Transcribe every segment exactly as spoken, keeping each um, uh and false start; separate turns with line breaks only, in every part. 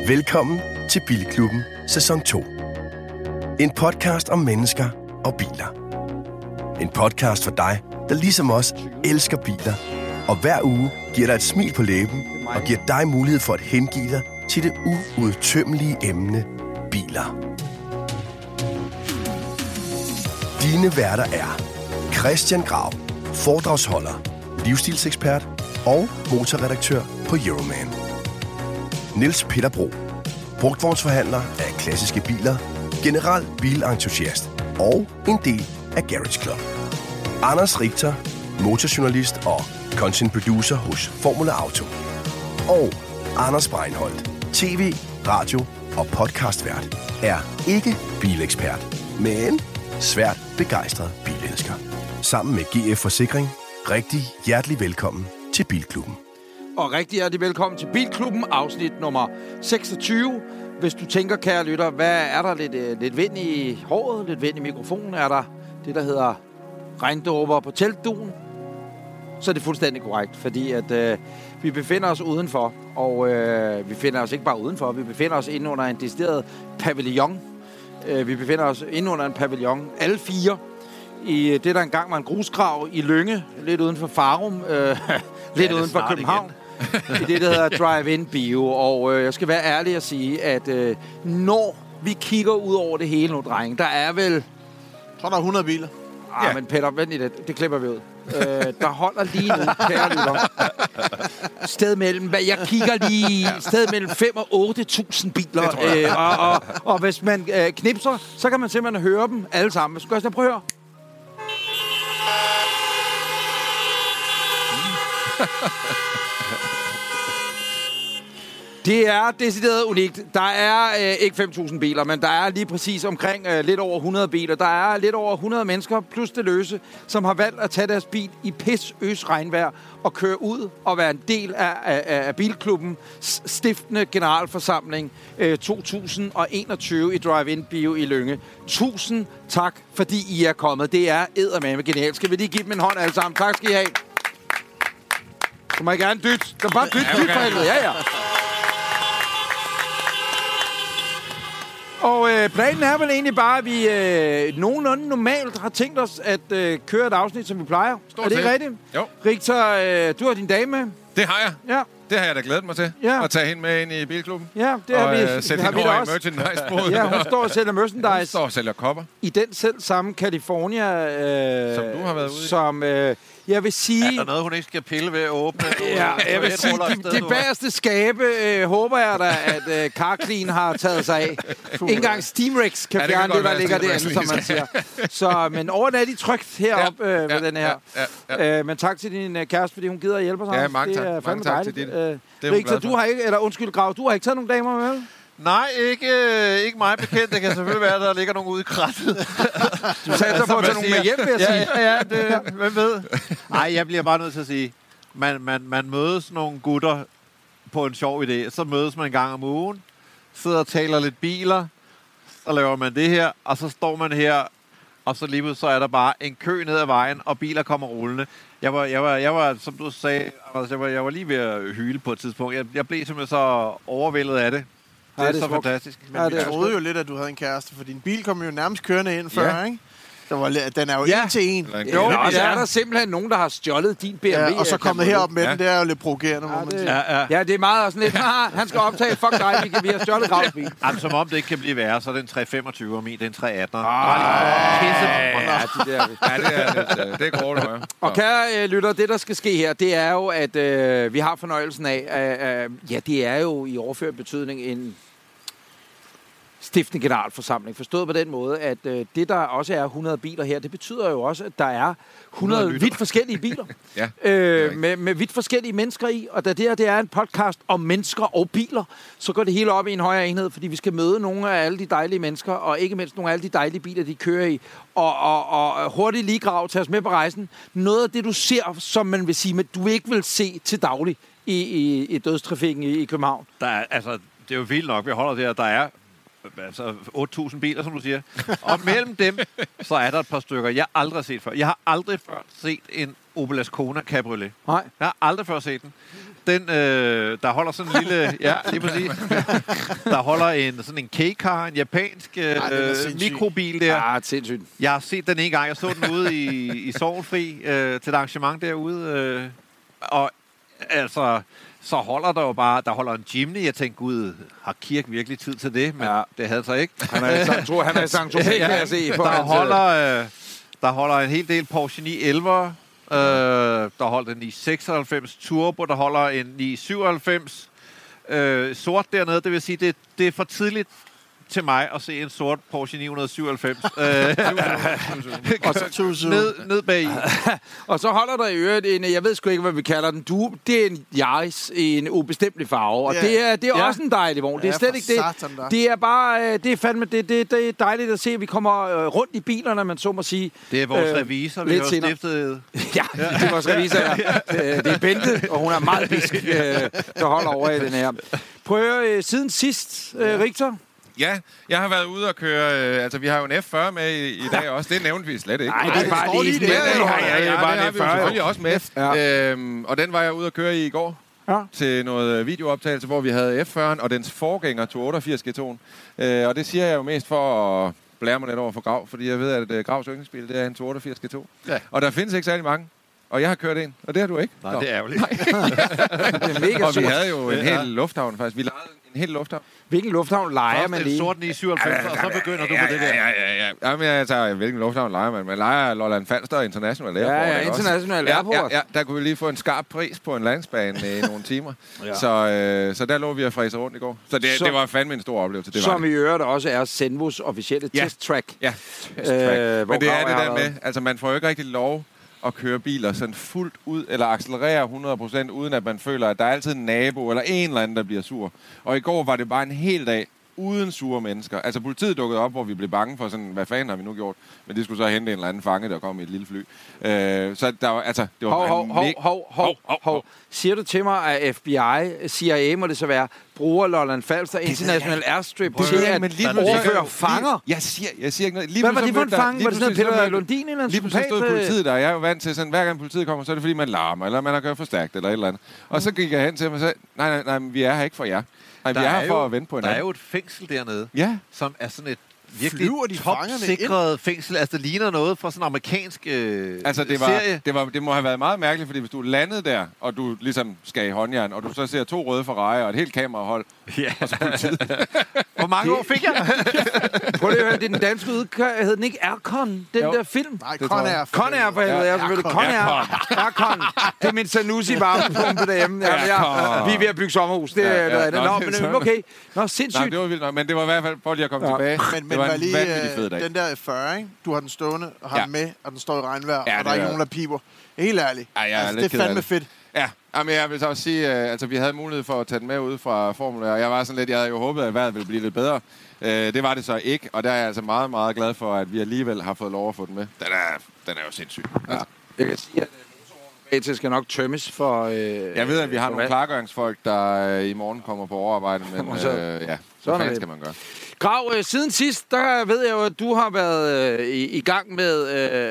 Velkommen til Bilklubben sæson to. En podcast om mennesker og biler. En podcast for dig, der ligesom os elsker biler, og hver uge giver dig et smil på læben og giver dig mulighed for at hengive dig til det uudtømmelige emne biler. Dine værter er Christian Grav, foredragsholder, livsstilsekspert og motorredaktør på Euroman. Niels Peter Bro, brugtvognsforhandler af klassiske biler, general bilentusiast og en del af Garage Club. Anders Richter, motorjournalist og content producer hos Formula Auto. Og Anders Breinholt, tv, radio og podcastvært, er ikke bilekspert, men svært begejstret bilelsker. Sammen med G F Forsikring, rigtig hjertelig velkommen til Bilklubben.
Og rigtig hjertelig velkommen til Bilklubben, afsnit nummer seksogtyve. Hvis du tænker, kære lytter, hvad er der lidt, lidt vind i håret, lidt vind i mikrofonen? Er der det, der hedder regndråber på teltduen? Så er det fuldstændig korrekt, fordi at øh, vi befinder os udenfor, og øh, vi befinder os ikke bare udenfor, vi befinder os inde under en decideret pavillon. Øh, vi befinder os inde under en pavillon, alle fire, i det, der engang var en grusgrav i Lynge, lidt uden for Farum, øh, lidt uden for København, i det, der hedder Drive-In Bio. Og øh, jeg skal være ærlig at sige, at øh, når vi kigger ud over det hele nu, drenge, der er vel...
Så er der hundrede biler.
Ah, ja. Men Peter, vent lige det. Det klipper vi ud. Øh, der holder lige nu, kære lytter. Sted mellem, hvad jeg kigger lige, sted mellem fem og otte tusind biler. Øh, og, og, og hvis man øh, knipser, så kan man simpelthen høre dem alle sammen. Skal jeg prøve at høre? Det er decideret unikt. Der er øh, ikke fem tusind biler, men der er lige præcis omkring øh, lidt over hundrede biler. Der er lidt over hundrede mennesker, plus det løse, som har valgt at tage deres bil i pis, øs, regnvejr og køre ud og være en del af, af, af Bilklubben stiftende generalforsamling øh, to tusind enogtyve i Drive-In Bio i Lynge. Tusind tak, fordi I er kommet. Det er eddermame genialt. Skal vi lige give dem en hånd alle sammen? Tak skal I have. Så må jeg gerne dytte. Så bare dytte, dytte for helvede. Ja, ja. Og øh, planen er vel egentlig bare, at vi øh, nogenlunde normalt har tænkt os at øh, køre et afsnit, som vi plejer. Stort er det ikke rigtigt?
Jo.
Richter, øh, du har din dame med.
Det har jeg.
Ja.
Det har jeg da glædet mig til.
Ja.
At tage hende med ind i Bilklubben.
Ja, det har
og,
vi.
øh, sætte
har
hende
vi
over
også.
i merchandise-boden.
Ja, hun står og sælger merchandise.
Hun står og sælger kopper.
I den selv samme California. Øh,
som du har været ude i.
Som... Øh, Jeg vil sige...
Er der noget, hun ikke skal pille ved at åbne?
Ja, jeg vil sige, de, de bagerste skabe øh, håber jeg da, at øh, CarClean har taget sig af. Ikke engang Steamrex kan fjerne ja, det, der ligger derinde, som man siger. Så, men overnat i trygt heroppe ja, øh, med ja, den her. Ja, ja, ja. Øh, men tak til din uh, kæreste, fordi hun gider at hjælpe os.
Ja, mange tak.
Det er
mange tak til dit.
Øh, Richter, du har ikke... Eller undskyld, Grav, du har ikke taget nogen damer med?
Nej, ikke, øh, ikke mig bekendt. Det kan selvfølgelig være, at der ligger nogen ude i krattet.
Du sagde så for at tage nogen med hjem, vil jeg sige.
Ja, ja, det, hvem ved? Nej, jeg bliver bare nødt til at sige, man, man, man mødes nogle gutter på en sjov idé. Så mødes man en gang om ugen, sidder og taler lidt biler, så laver man det her, og så står man her, og så lige så er der bare en kø ned ad vejen, og biler kommer rullende. Jeg var, jeg var, jeg var som du sagde, jeg var, jeg var lige ved at hyle på et tidspunkt. Jeg, jeg blev simpelthen så overvældet af det. Det er, ja, det er så smukt. Fantastisk.
Men ja, vi troede jo lidt, at du havde en kæreste, for din bil kom jo nærmest kørende ind før, ja. Ikke? Der var, den er jo ja. en til en.
Jo, men ja. er der simpelthen nogen, der har stjålet din B M W.
Ja, og så kommet herop med
ja.
den, det er jo lidt provokerende,
ja,
må man
det,
sige.
Ja, ja. ja, det er meget sådan lidt, han skal optage, fuck dig, vi, kan, vi har stjålet Gravs bil.
Jamen, som om det ikke kan blive værre, så er det en tre femogtyve og min, det er en tre atten.
Ah, ja, de der,
ja, det er lidt, det er kort, ja.
Og kære øh, lytter, det der skal ske her, det er jo, at øh, vi har fornøjelsen af, øh, øh, ja, det er jo i overført betydning en stiftende generalforsamling. Forstået på den måde, at øh, det, der også er hundrede biler her, det betyder jo også, at der er hundrede, hundrede vidt forskellige biler.
ja,
øh, med, med vidt forskellige mennesker i. Og da det her det er en podcast om mennesker og biler, så går det hele op i en højere enhed, fordi vi skal møde nogle af alle de dejlige mennesker, og ikke mindst nogle af alle de dejlige biler, de kører i. Og, og, og hurtigt lige Grav, tage os med på rejsen. Noget af det, du ser, som man vil sige, men du ikke vil se til daglig i, i, i dødstrafikken i, i København.
Der er, altså, det er jo vildt nok, vi holder der. Der er altså otte tusind biler, som du siger. Og mellem dem, så er der et par stykker, jeg aldrig har set før. Jeg har aldrig før set en Opel Ascona Cabriolet.
Nej.
Jeg har aldrig før set den. Den, øh, der holder sådan en lille... Ja, lige præcis. Der holder en, sådan en K-car, en japansk øh,
Ej,
mikrobil der.
Ja, sindssygt.
Jeg har set den en gang. Jeg så den ude i, i Sorgenfri øh, til et arrangement derude. Øh, og altså... Så holder der jo bare, der holder en Jimny. Jeg tænkte, gud, har Kirk virkelig tid til det? Men ja. Det havde så ikke.
Han er i Sankt han er i Sankt Tropez, kan jeg se.
Der holder, øh, der holder en hel del Porsche ni elleve. Øh, der holder en ni seksoghalvfems Turbo. Der holder en ni syvoghalvfems. Øh, sort dernede, det vil sige, det, det er for tidligt til mig at se en sort Porsche ni syvoghalvfems.
Og så
ned, ned bag i.
Og så holder der i øvrigt en, jeg ved sgu ikke, hvad vi kalder den, du, det er en Yaris i en ubestemmelig farve, og
Ja.
det er, det er
Ja.
også en dejlig vogn. Det er
Ja,
slet
for
ikke det.
satan da.
Det er bare, det er fandme, det, det, det er dejligt at se, at vi kommer øh, rundt i bilerne, man så må sige.
Det er vores
Øh,
revisor, vi
lidt
har
senere.
stiftet.
Ja, det er vores revisor, ja. Øh, Det er Bente, og hun er meget bisk, øh, der holder over i den her. Prøv at høre, øh, siden sidst, øh, Richter.
Ja, jeg har været ude og køre... Øh, altså, vi har jo en F fyrre med i, i dag også. Det nævnte vi slet ikke.
Nej, det er bare
står
lige
lige
sådan,
der.
ja, ja, ja, ja,
det
bare
har
det
vi jo
før,
selvfølgelig også med.
Ja.
Øhm, og den var jeg ude at køre i i går.
Ja.
Til noget videooptagelse, hvor vi havde F fyrren og dens forgænger to otteogfirs G to'en. Øh, og det siger jeg jo mest for at blære mig lidt over for Grav, fordi jeg ved, at uh, Gravs yndlingsbil, det er en to otteogfirs G to.
Ja.
Og der findes ikke særlig mange. Og jeg har kørt en, og det har du ikke.
Nej,
Nå.
det er ærgerligt.
Det er mega
Og vi
sort.
havde jo en
Ja.
hel lufthavn faktisk. Vi lejede en hel lufthavn.
Hvilken lufthavn leger
Først
man
en
lige?
sort ni syvoghalvfems, og så begynder du
ja,
på det der.
Ja, ja, ja. ja. Jamen, jeg tager, hvilken lufthavn leger man? Man leger Lolland Falster International Airport.
Ja, ja,
ikke også?
International
ja,
Airport.
Ja, ja, der kunne vi lige få en skarp pris på en landingsbane i nogle timer.
Ja.
Så, øh, så der lå vi og fræse rundt i går. Så det,
Så-
det var fandme en stor oplevelse. Det var
Som i øvrigt også er Zenvos officielle
Ja.
testtrack.
Ja,
Øh,
øh,
hvor
men det er
Grav
det
har
der
været.
med, altså man får jo ikke rigtig lov at køre biler sådan fuldt ud, eller accelerere hundrede procent, uden at man føler, at der er altid en nabo, eller en eller anden, der bliver sur. Og i går var det bare en hel dag uden sure mennesker. Altså politiet dukkede op, hvor vi blev bange for sådan, hvad fanden har vi nu gjort? Men de skulle så hente en eller anden fange, der kom i et lille fly. Øh, så der var, altså, det var
Hov,
bare
hov,
en
hov,
mega-
hov, hov,
hov,
hov. Siger du til mig, at F B I, C I A må det så være, bruger Lolland Falster International Airstrip
Prøv at
til
høre,
at
men lige pludselig-
overføre fanger?
Jeg siger, jeg siger ikke noget. Lige
Hvad var
pludselig
det for en
mødte der-
fange?
lige
Var det sådan
pludselig
noget
så
Peter
mødte-
Lundin eller en
Lige pludselig stod
psykopat?
politiet der, og jeg er jo vant til sådan, hver gang politiet kommer, så er det fordi, man larmer, eller man har kørt for stærkt, eller et eller andet. Og så gik jeg hen til dem og sagde, nej, nej, nej, men vi er her ikke for jer. Nej, vi
Der
er
er
her for
jo-
at vente på
Der er
hinanden.
jo et fængsel dernede,
Ja,
som er sådan et virkelig
Flyver de fangerne
topsikret fængsel. Altså, det ligner noget fra sådan en amerikansk øh,
altså det, var,
serie.
det, var, det må have været meget mærkeligt, fordi hvis du landede der, og du ligesom skal i håndjern, og du så ser to røde Ferrari og et helt kamerahold,
Ja.
og så politiet.
Hvor mange år fik jeg?
Prøv lige at høre, det er den danske udkast. Hed den ikke Aircon, den
Jo.
der film?
Nej,
Det
Con
tror jeg.
Air.
Con Air for helvede,
Ja,
ja, selvfølgelig. Con Air. Aircon. Det er min Sanusi varmepumpe derhjemme. Ja, ja,
Aircon.
vi er ved at bygge sommerhus. Det
Ja,
er
ja.
noget andet.
Nå,
Nå,
det er
men
sådan.
okay. Nå,
Nej,
sindssygt.
det var vildt nok, men det var i hvert fald, for lige at komme
Ja.
tilbage.
Men, men
det var
var
en
lige,
vanvittig fed dag.
den der F fyrre, ikke? Du har den stående, og har
Ja.
den med, og den står i regnvejr,
Ja,
og der er
det
ikke
er-
nogen, der piber. Helt ærligt.
Ja, jeg er
altså,
lidt
det
ked
er
af
fandme
det.
fedt.
Ja, jamen jeg vil så også sige, øh, altså vi havde mulighed for at tage den med ud fra Formel, og jeg var sådan lidt, jeg havde jo håbet, at vejret ville blive lidt bedre. Øh, det var det så ikke, og der er jeg altså meget, meget glad for, at vi alligevel har fået lov at få den med. Den er, den er jo sindssyg. Ja.
Jeg kan sige, at motorvognen bag skal nok tømmes for... Øh,
Jeg ved, at vi har
for
nogle
vand.
klargøringsfolk, der øh, i morgen kommer på overarbejde, men
Og så-
øh, ja, så
sådan er
fanden
det.
skal man gøre.
Grav, øh, siden sidst, der ved jeg jo, at du har været øh, i, i gang med...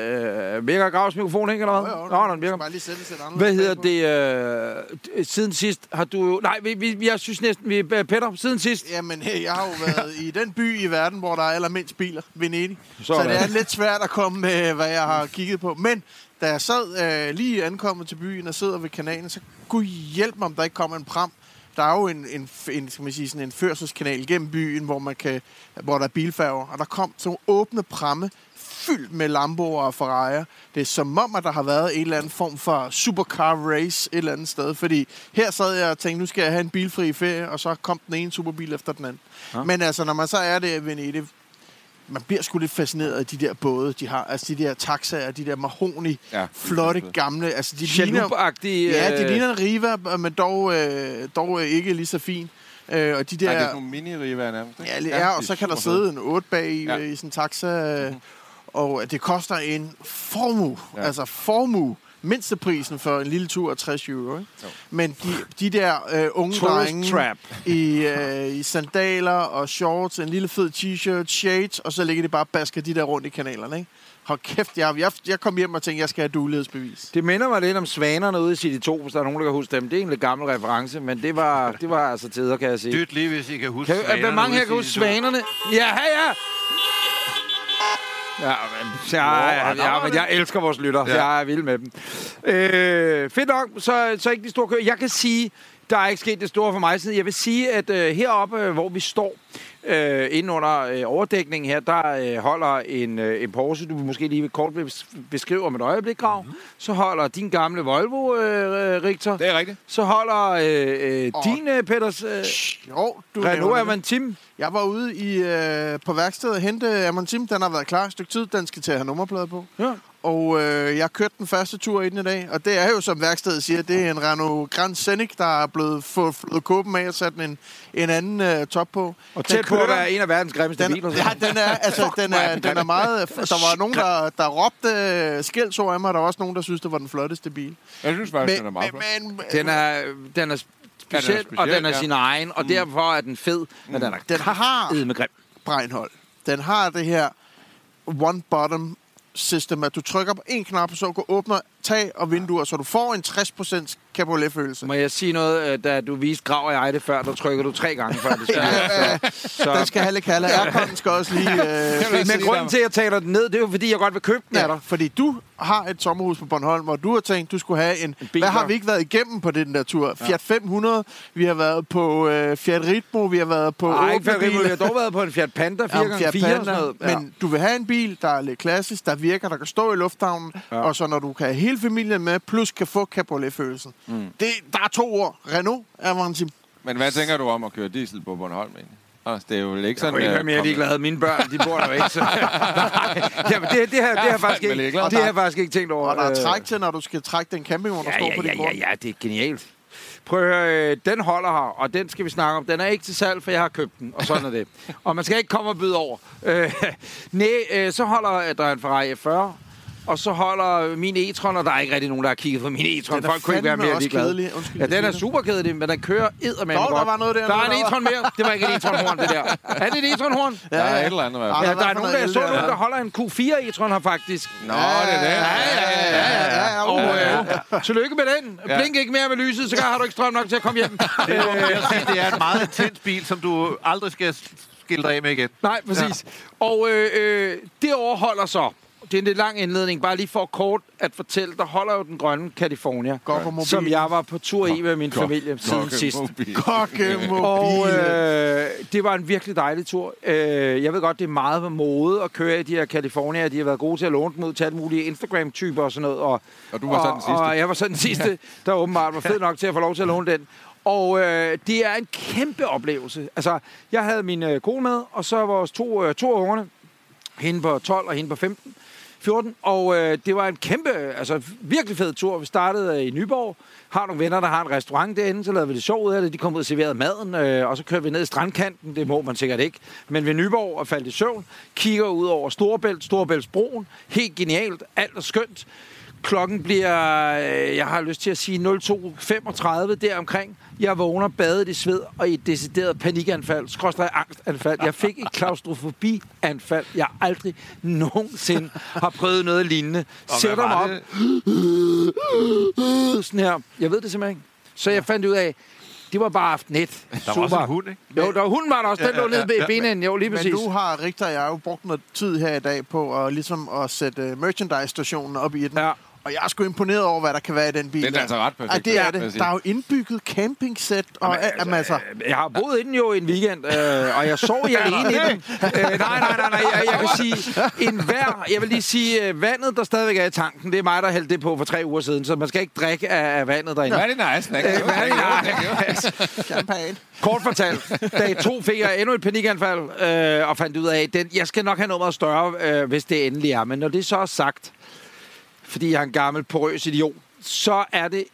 Øh, virker Gravs mikrofon, ikke, eller hvad?
Jo, jo,
Nå, den
du
virker.
skal bare lige sætte lidt anderledes
Hvad hedder
bagpå.
det? Øh, siden sidst har du jo... Nej, vi, vi, jeg synes næsten, vi... Peter, siden sidst...
Jamen, hey, jeg har jo været i den by i verden, hvor der er allermindst biler, Venedig. Så,
Sådan.
så det er lidt svært at komme med, hvad jeg har kigget på. Men da jeg sad øh, lige ankommet til byen og sidder ved kanalen, så kunne hjælpe mig, om der ikke kommer en pram. Der er jo en, en, en, skal man sige, sådan en førselskanal gennem byen, hvor, man kan, hvor der er bilfærger. Og der kom sådan nogle åbne pramme, fyldt med Lamboer og Ferrari'er. Det er som om, at der har været en eller anden form for supercar race et eller andet sted. Fordi her sad jeg og tænkte, nu skal jeg have en bilfri ferie, og så kom den ene superbil efter den anden. Ja. Men altså, når man så er der i Venedig, man bliver sgu lidt fascineret af de der både, de har. Altså de der taxaer, de der mahogni,
Ja,
ja, flotte, gamle. Altså, de ligner,
Chalup-agtige...
ja, de
øh,
ligner en Riva, men dog, øh, dog ikke lige så fin. Øh, og de der...
Nej, det er sådan nogle mini-rivaer nærmest. ikke?
Ja, det er, og så kan der sidde en otte bag i,
Ja.
ja. i sådan en taxa, mm-hmm. og det koster en formue,
Ja.
ja. altså formue. mindsteprisen for en lille tur af tres euro. Ikke? Men de, de der øh, unge
Tourist
drenge
trap.
i, øh, i sandaler og shorts, en lille fed t-shirt, shades, og så ligger de bare og basker de der rundt i kanalerne. Ikke? Hold kæft, jeg, jeg, jeg kom hjem og tænkte, jeg skal have duelighedsbevis.
Det minder mig lidt om svanerne ude i City to, hvis der er nogen, der kan huske dem. Det er en lidt gammel reference, men det var, det var altså tider, kan jeg sige.
Dyt lige, hvis I kan huske
Kan,
svanerne.
hvor mange her
ude
kan
i
huske
City to?
svanerne? Ja, ja, ja! Ja, men, ja, ja, ja, men jeg elsker vores lytter. Ja. Jeg er vild med dem. Øh, fedt nok, så, så ikke de store køer. Jeg kan sige, der er ikke sket det store for mig siden. Jeg vil sige, at øh, heroppe, øh, hvor vi står, øh, inde under øh, overdækningen her, der øh, holder en, øh, en Porsche, du måske lige kort beskrive om et øjeblik, Grav. Mm-hmm. Så holder din gamle Volvo, øh, Richter.
Det er rigtigt.
Så holder øh, øh, din, øh, Petters, øh,
Jo, du
Renault Avantim.
Jeg var ude i, øh, på værkstedet og hente Amantim. Den har været klar et stykke tid. Den skal til at have nummerplade på.
Ja.
Og øh, jeg kørte den første tur i den i dag. Og det er jo, som værkstedet siger, det er en Renault Grand Scenic, der er blevet fået flået kåben af og sat en, en anden øh, top på.
Og tæt på at være en af verdens grimmeste
den,
biler.
ja, den er, altså, den er, den er meget... Der var nogen, der, der råbte skældsord af mig. Der var også nogen, der synes, det var den flotteste bil.
Jeg synes faktisk,
Men,
den er meget
men,
flot.
men,
Den er, den er speciel,
speciel,
og den er
ja.
sin egen, og derfor er den fed, men den er
Den har
med grim.
Breinholt. Den har det her one bottom system, at du trykker på en knap, og så du åbner tag og vinduer, så du får en tres procent cabriolet-følelse.
Må jeg sige noget, da du viste Grav og jeg det før, der trykker du tre gange før det skal.
Ja,
så.
Den skal have lidt kalde. Airconen skal også lige... Øh,
Men grunden til, at jeg taler den ned, det er jo fordi, jeg godt vil købe den af
ja,
dig.
fordi du har et sommerhus på Bornholm, hvor du har tænkt, du skulle have en...
En bil,
hvad har
ja.
vi ikke været igennem på den der tur? Fiat fem hundrede, vi har været på øh, Fiat Ritmo, vi har været på...
Nej, ikke
åbne
Fiat Ritmo,
biler.
jeg har dog været på en Fiat Panda fire gange
Fiat
fire og
Panda,
sådan noget. Ja.
Men du vil have en bil, der er lidt klassisk, der virker, der kan stå i lufthavnen, ja. Og så når du kan have hele familien med, plus kan få cabriolet-følelsen. Mm. Det, der er to ord. Renault er Avantim.
Men hvad tænker du om at køre diesel på Bornholm, egentlig? Altså, det er jo ikke sådan...
Jeg kunne ikke være mere ligeglad. Mine børn, de bor der jo ikke. Så. Nej, jamen, det, det, her, det har jeg faktisk ikke,
ligeglad.
det har jeg faktisk ikke tænkt over.
Og der er træk til, når du skal trække den campingvogn, der
ja,
står
ja,
på din
ja,
grund.
ja, ja, det er genialt. Prøv at høre, den holder her, og den skal vi snakke om. Den er ikke til salg, for jeg har købt den, og sådan er det. Og man skal ikke komme og byde over. Øh, nej, øh, så holder der en Ferrari F fyrre, og så holder min e-tron, og der er ikke rigtig nogen, der har kigget på min e-tron. Folk kunne ikke være mere ligeglade. Ja, den er super kedelig, men den kører eddermame godt.
Der var noget der.
Der er en e-tron mere. Det var ikke et e-tron-horn, det der. Er det et e-tron-horn?
Der er et eller andet, i hvert fald.
Ja, der er nogen, der, jeg så nogen, der holder en Q fire e-tron her faktisk.
Nå, det er det.
Ja, ja, ja, ja. Og øh, tillykke med den. Blink ikke mere med lyset, så har du ikke strøm nok til at komme hjem.
Det er, det er en meget intens bil, som du aldrig skal skille dig af med igen.
Nej, præcis. Ja. Og øh, øh, det overholder så. Det er en lidt lang indledning, bare lige for kort at fortælle, der holder jo den grønne California, som jeg var på tur i med min familie siden sidst.
Kokkemobil.
Og øh, det var en virkelig dejlig tur. Øh, jeg ved godt, det er meget med mode at køre i de her California. De har været gode til at låne dem ud til alle mulige Instagram-typer og sådan noget. Og,
og du var så den sidste.
Og jeg var så den sidste, der åbenbart var fed nok til at få lov til at låne den. Og øh, det er en kæmpe oplevelse. Altså, jeg havde min øh, kone med, og så vores to, øh, to ungerne. Hende på tolv og hende på femten. fjorten, og øh, det var en kæmpe, altså virkelig fed tur. Vi startede øh, i Nyborg, har nogle venner, der har en restaurant derinde, så lavede vi det sjovt ud af det. De kom ud og serverede maden, øh, og så kørte vi ned i strandkanten, det må man sikkert ikke, men ved Nyborg og faldt i søvn, kigger ud over Storebælt, Storebæltsbroen, helt genialt, alt er skønt. Klokken bliver, øh, jeg har lyst til at sige nul to femogtredive deromkring. Jeg vågner badet i sved og i et decideret panikanfald, skråstreg angstanfald. Jeg fik et klaustrofobi-anfald, jeg aldrig nogensinde har prøvet noget lignende. Sætter mig op. Sådan her. Jeg ved det simpelthen ikke. Så jeg fandt ud af, det var bare aften et.
Der var også en hund, ikke?
Jo, der var hunden var der også. Den lå nede ved benenden. Jo, lige præcis.
Men du har, Richter og jeg, jo brugt noget tid her i dag på at, ligesom at sætte merchandise-stationen op i den.
Ja.
Og jeg er sgu imponeret over, hvad der kan være i den bil.
Det er altså ret perfekt.
Ej, det er det. Der er jo indbygget campingsæt og
Jamen,
altså,
altså, jeg har boet i den jo en weekend, øh, og jeg sov i alene i den. Øh, nej, nej, nej, nej. Jeg, jeg kan sige, en hver, jeg vil lige sige, øh, vandet, der stadigvæk er i tanken, det er mig, der hældte det på for tre uger siden, så man skal ikke drikke af, af vandet derinde.
Hvad er det nice, Nick?
Øh, hvad er det nice?
champagne.
Kort fortalt, dag to fik jeg endnu et panikanfald, øh, og fandt ud af, at jeg skal nok have noget meget større, øh, hvis det endelig er. Men når det så er sagt, fordi jeg er en gammel, porøs idiot, så er det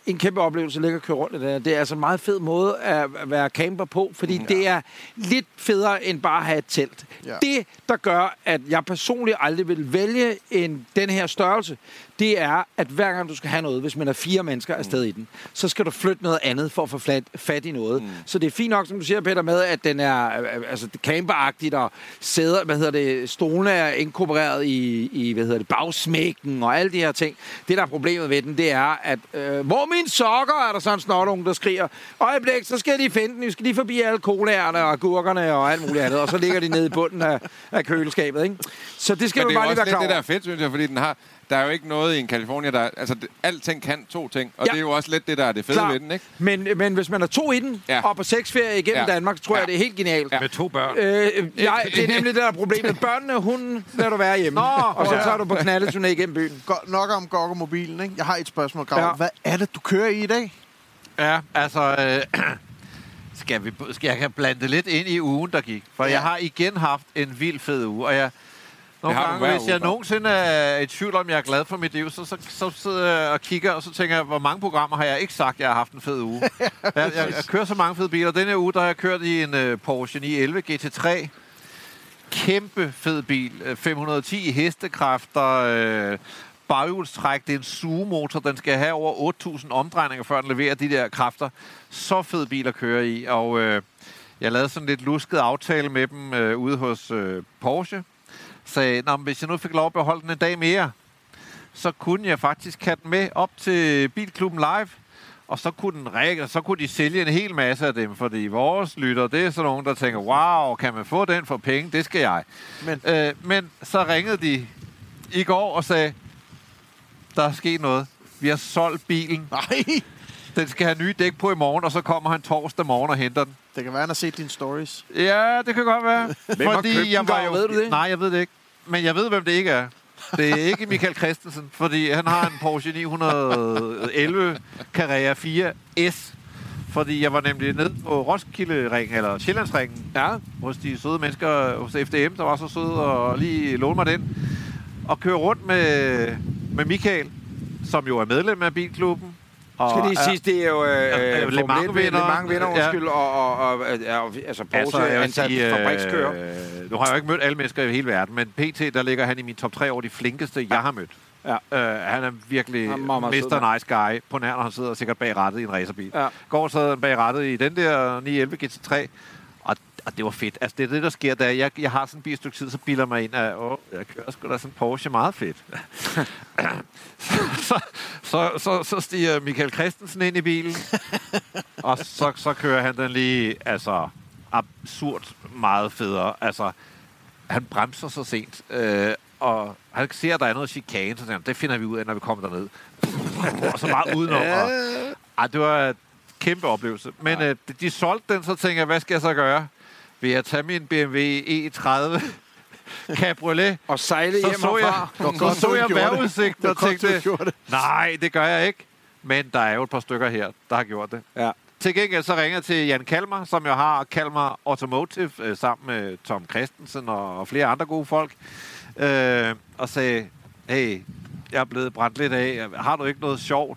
en kæmpe oplevelse at ligge og køre rundt i det her. Det er altså en meget fed måde at være camper på, fordi ja. det er lidt federe end bare at have et telt. Ja. Det, der gør, at jeg personligt aldrig vil vælge en, den her størrelse, det er, at hver gang du skal have noget, hvis man er fire mennesker afsted mm. i den, så skal du flytte noget andet for at få flat, fat i noget. Mm. Så det er fint nok, som du siger, Peter, med, at den er altså, camperagtigt, og sæder, hvad hedder det, stolene er inkorporeret i, i hvad hedder det, bagsmækken og alle de her ting. Det, der er problemet ved den, det er, at øh, hvor mine sokker, er der sådan en snotunge, der skriger, øjeblik, så skal de finde den, vi skal lige forbi alle colaerne og gurkerne og alt muligt andet, og så ligger de nede i bunden af, af køleskabet, ikke? Så det skal du bare lige være klar over.
Det er også lidt det, der er fedt, synes jeg, fordi den har, der er jo ikke noget i en California, der, altså det, alting kan to ting, og ja. det er jo også lidt det, der er det fede Klar. ved den, ikke?
Men, men hvis man er to i den, ja. og på seks ferie igennem ja. Danmark, så tror ja. jeg, det er helt genialt.
Ja. Med to børn.
Øh, nej, det er nemlig det, der er problemet. Børnene, hunden, lader du være hjemme. Nå, og så ja. tager du på knaldeturné igennem byen.
Godt nok om Gokk-mobilen, ikke? Jeg har et spørgsmål, Grav. Ja. Hvad er det, du kører i i dag?
Ja, altså... Øh, skal, vi, skal jeg kan blande det lidt ind i ugen, der gik? For ja. jeg har igen haft en vild fed uge, og jeg... Nogle gange, hvis jeg nogensinde er i tvivl om, jeg er glad for mit liv, så, så, så sidder jeg og kigger, og så tænker jeg, hvor mange programmer har jeg ikke sagt, jeg har haft en fed uge. jeg, jeg, jeg kører så mange fede biler. Denne uge, der har jeg kørt i en uh, Porsche ni elleve G T tre. Kæmpe fed bil. fem hundrede og ti hestekræfter. Uh, baghjulstræk. Det er en sugemotor. Den skal have over otte tusind omdrejninger, før den leverer de der kræfter. Så fed bil at køre i. Og uh, jeg lavede sådan lidt lusket aftale med dem uh, ude hos uh, Porsche. Sagde, nå, hvis jeg nu fik lov at beholde den en dag mere, så kunne jeg faktisk have den med op til Bilklubben Live, og så kunne, den række, så kunne de sælge en hel masse af dem, fordi vores lytter, det er sådan nogen, der tænker, wow, kan man få den for penge? Det skal jeg. Men, øh, men så ringede de i går og sagde, der er sket noget. Vi har solgt bilen.
Nej.
Den skal have nye dæk på i morgen, og så kommer han torsdag morgen og henter den.
Det kan være, han har set dine stories.
Ja, det kan godt være.
Hvem har købt den,
var jo,
ved du det?
Nej, jeg ved det ikke. Men jeg ved, hvem det ikke er. Det er ikke Michael Christensen, fordi han har en Porsche ni elleve Carrera fire S. Fordi jeg var nemlig nede på Roskilde-ringen, eller Sjællandsringen, ja. hos de søde mennesker hos F D M, der var så søde og lige låne mig den. Og køre rundt med, med Michael, som jo er medlem af Bilklubben.
Skal lige sige, det er jo øh,
øh, Le Mans vinder,
Le Mans vinder undskyld, ja. og, og, og, og altså Porsche altså, ansat sige, fabrikskører.
Øh, nu har jeg jo ikke mødt alle mennesker i hele verden, men P T, der ligger han i min top tre over de flinkeste, ja. jeg har mødt. Ja. Øh, han er virkelig mister Nice Guy, på nær, når han sidder sikkert bag rattet i en racerbil. Ja. Går så han bag rattet i den der ni elleve G T tre, og Og det var fedt. Altså, det er det, der sker, da jeg, jeg har sådan en bil et stykke tid, så bilder mig ind af, åh, jeg kører sgu da sådan en Porsche, meget fedt. så, så, så, så stiger Michael Christensen ind i bilen, og så, så kører han den lige, altså, absurd meget federe. Altså, han bremser så sent, øh, og han ser, at der er noget chikane, så han, det finder vi ud af, når vi kommer derned. og så meget udenom. Og, ah, det var kæmpe oplevelse. Men ja. øh, de, de solgte den, så tænker jeg, hvad skal jeg så gøre? Vil jeg tage min B M W E tredive Cabriolet
og sejle hjem
så
herfra?
Jeg, så så jeg vejrudsigten og tænkte, nej, det gør jeg ikke. Men der er jo et par stykker her, der har gjort det. Ja. Til gengæld så ringer jeg til Jan Kalmar, som jo har Kalmar Automotive øh, sammen med Tom Christensen og, og flere andre gode folk. Øh, og sagde, hey, jeg er blevet brændt lidt af. Har du ikke noget sjovt?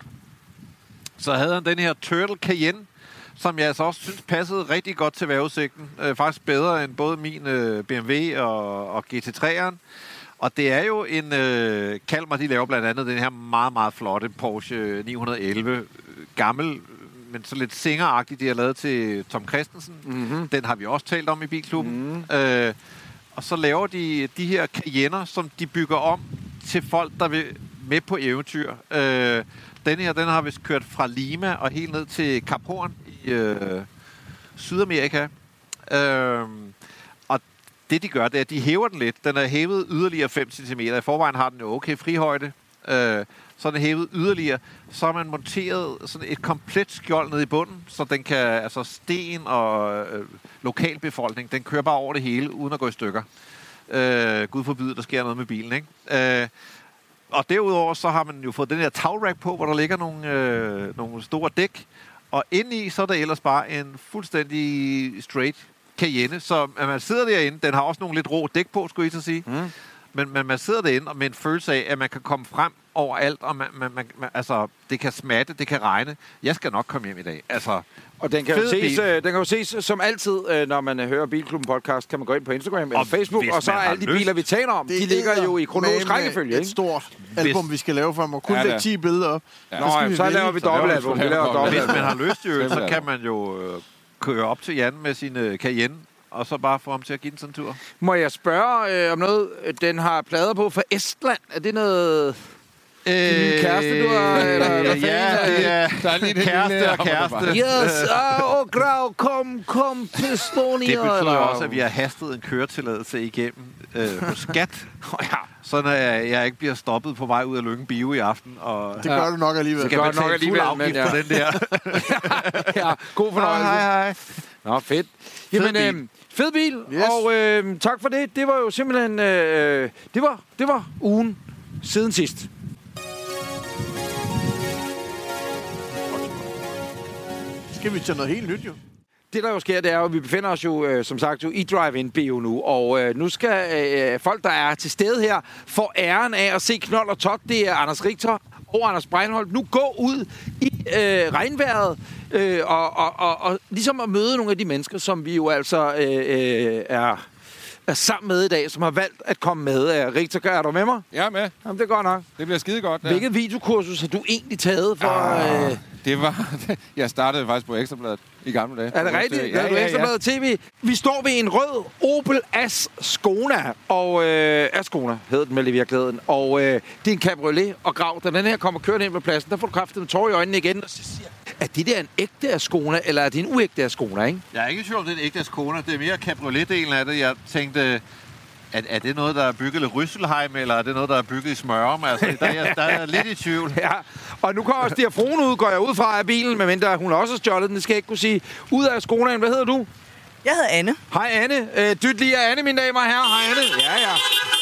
Så havde han den her Turtle Cayenne, som jeg altså også synes passede rigtig godt til vejrudsigten. Øh, faktisk bedre end både min øh, B M W og, og G T tre'eren. Og det er jo en... Øh, Kalmar, de laver blandt andet den her meget, meget flotte Porsche ni elleve. Gammel, men så lidt singeragtig, de har lavet til Tom Christensen. Mm-hmm. Den har vi også talt om i Bilklubben. Mm-hmm. Øh, og så laver de de her Cayenner, som de bygger om til folk, der vil med på eventyr. Øh, den her, den har vist kørt fra Lima og helt ned til Kap Horn i øh, Sydamerika. Øh, og det, de gør, det er, at de hæver den lidt. Den er hævet yderligere fem centimeter. I forvejen har den jo okay frihøjde. Øh, så er den hævet yderligere. Så har man monteret sådan et komplet skjold nede i bunden, så den kan, altså sten og øh, lokalbefolkning, den kører bare over det hele, uden at gå i stykker. Øh, Gud forbyde, der sker noget med bilen, ikke? Øh, og derudover så har man jo fået den her tagrack på, hvor der ligger nogle, øh, nogle store dæk. Og indeni så er der ellers bare en fuldstændig straight Cayenne. Så at man sidder derinde, den har også nogle lidt rå dæk på, skulle jeg så sige. Mm. Men, men man sidder derinde med en følelse af, at man kan komme frem overalt, og man, man, man, man, altså, det kan smatte, det kan regne. Jeg skal nok komme hjem i dag. Altså,
og den kan, jo ses, øh, den kan jo ses som altid, øh, når man øh, hører Bilklubben podcast, kan man gå ind på Instagram eller Facebook, og så er alle de biler, vi taler om, det de ligger jo i kronologisk rækkefølge.
Et stort album, vi skal lave, for man må kun
ja,
lægge ti billeder op.
Ja. Nå, så, så laver vi dobbeltalbum. Vi laver dobbelt.
Hvis man har lyst til det, så kan man jo øh, køre op til Jan med sin øh, Cayenne, og så bare få ham til at give den sådan en tur.
Må jeg spørge øh, om noget, den har plader på fra Estland? Er det noget... Øh, din kæreste, du har... Eller,
øh, ja, det er, der er lige kæreste og kæreste.
Yes, åh, oh, Grav, kom, kom til Stånia.
Det betyder eller? også, at vi har hastet en køretilladelse igennem øh, på skat. Ja. Sådan at jeg ikke bliver stoppet på vej ud af Lykken Bio i aften. Og
det gør du nok alligevel.
Så kan man tage fuld afgift på den der.
Ja, god fornøjelse.
Hej, hej.
Nå, fedt. Jamen, fed bil, øh, fed bil yes. og øh, tak for det. Det var jo simpelthen... Øh, det, var, det var ugen siden sidst.
Skal vi tage noget helt nyt, jo?
Det, der jo sker, det er jo, at vi befinder os jo, øh, som sagt, jo i Drive-In-bio nu, og øh, nu skal øh, folk, der er til stede her, få æren af at se Knold og Tot. Det er Anders Richter og Anders Breinholt. Nu gå ud i øh, regnvejret øh, og, og, og, og ligesom at møde nogle af de mennesker, som vi jo altså øh, øh, er... er sammen med i dag, som har valgt at komme med. Richter, er du med mig?
Jeg er med.
Jamen, det er godt nok.
Det bliver skide godt. Ja.
Hvilket videokursus har du egentlig taget for... Ah, øh...
Det var... Jeg startede faktisk på Ekstrabladet i gamle dage.
Er det rigtigt? Ja, ja, ja, ja. Ekstrabladet T V. Vi står ved en rød Opel Ascona, og øh, Ascona hed den vel i virkeligheden. Og øh, det er en cabriolet og Grav. Da den her kommer kørende ind på pladsen, der får du kraftigt med tår i øjnene igen, og så siger er det der en ægte Ascona, eller er det en uægte Ascona, ikke?
Jeg er ikke i tvivl om, det er en ægte Ascona. Det er mere cabriolet-delen af det. Jeg tænkte, er, er det noget, der er bygget i Rysselheim, eller er det noget, der er bygget i Smørum? Altså, der, er, der er lidt i tvivl.
Ja, og nu kommer også diafronen ud, går jeg ud fra af bilen, medmindre hun også har stjålet den, det skal jeg ikke kunne sige. Ud af Asconaen, hvad hedder du?
Jeg hedder Anne.
Hej Anne. Øh, dyt lige af Anne, mine damer og herrer. Hej Anne. Ja, ja.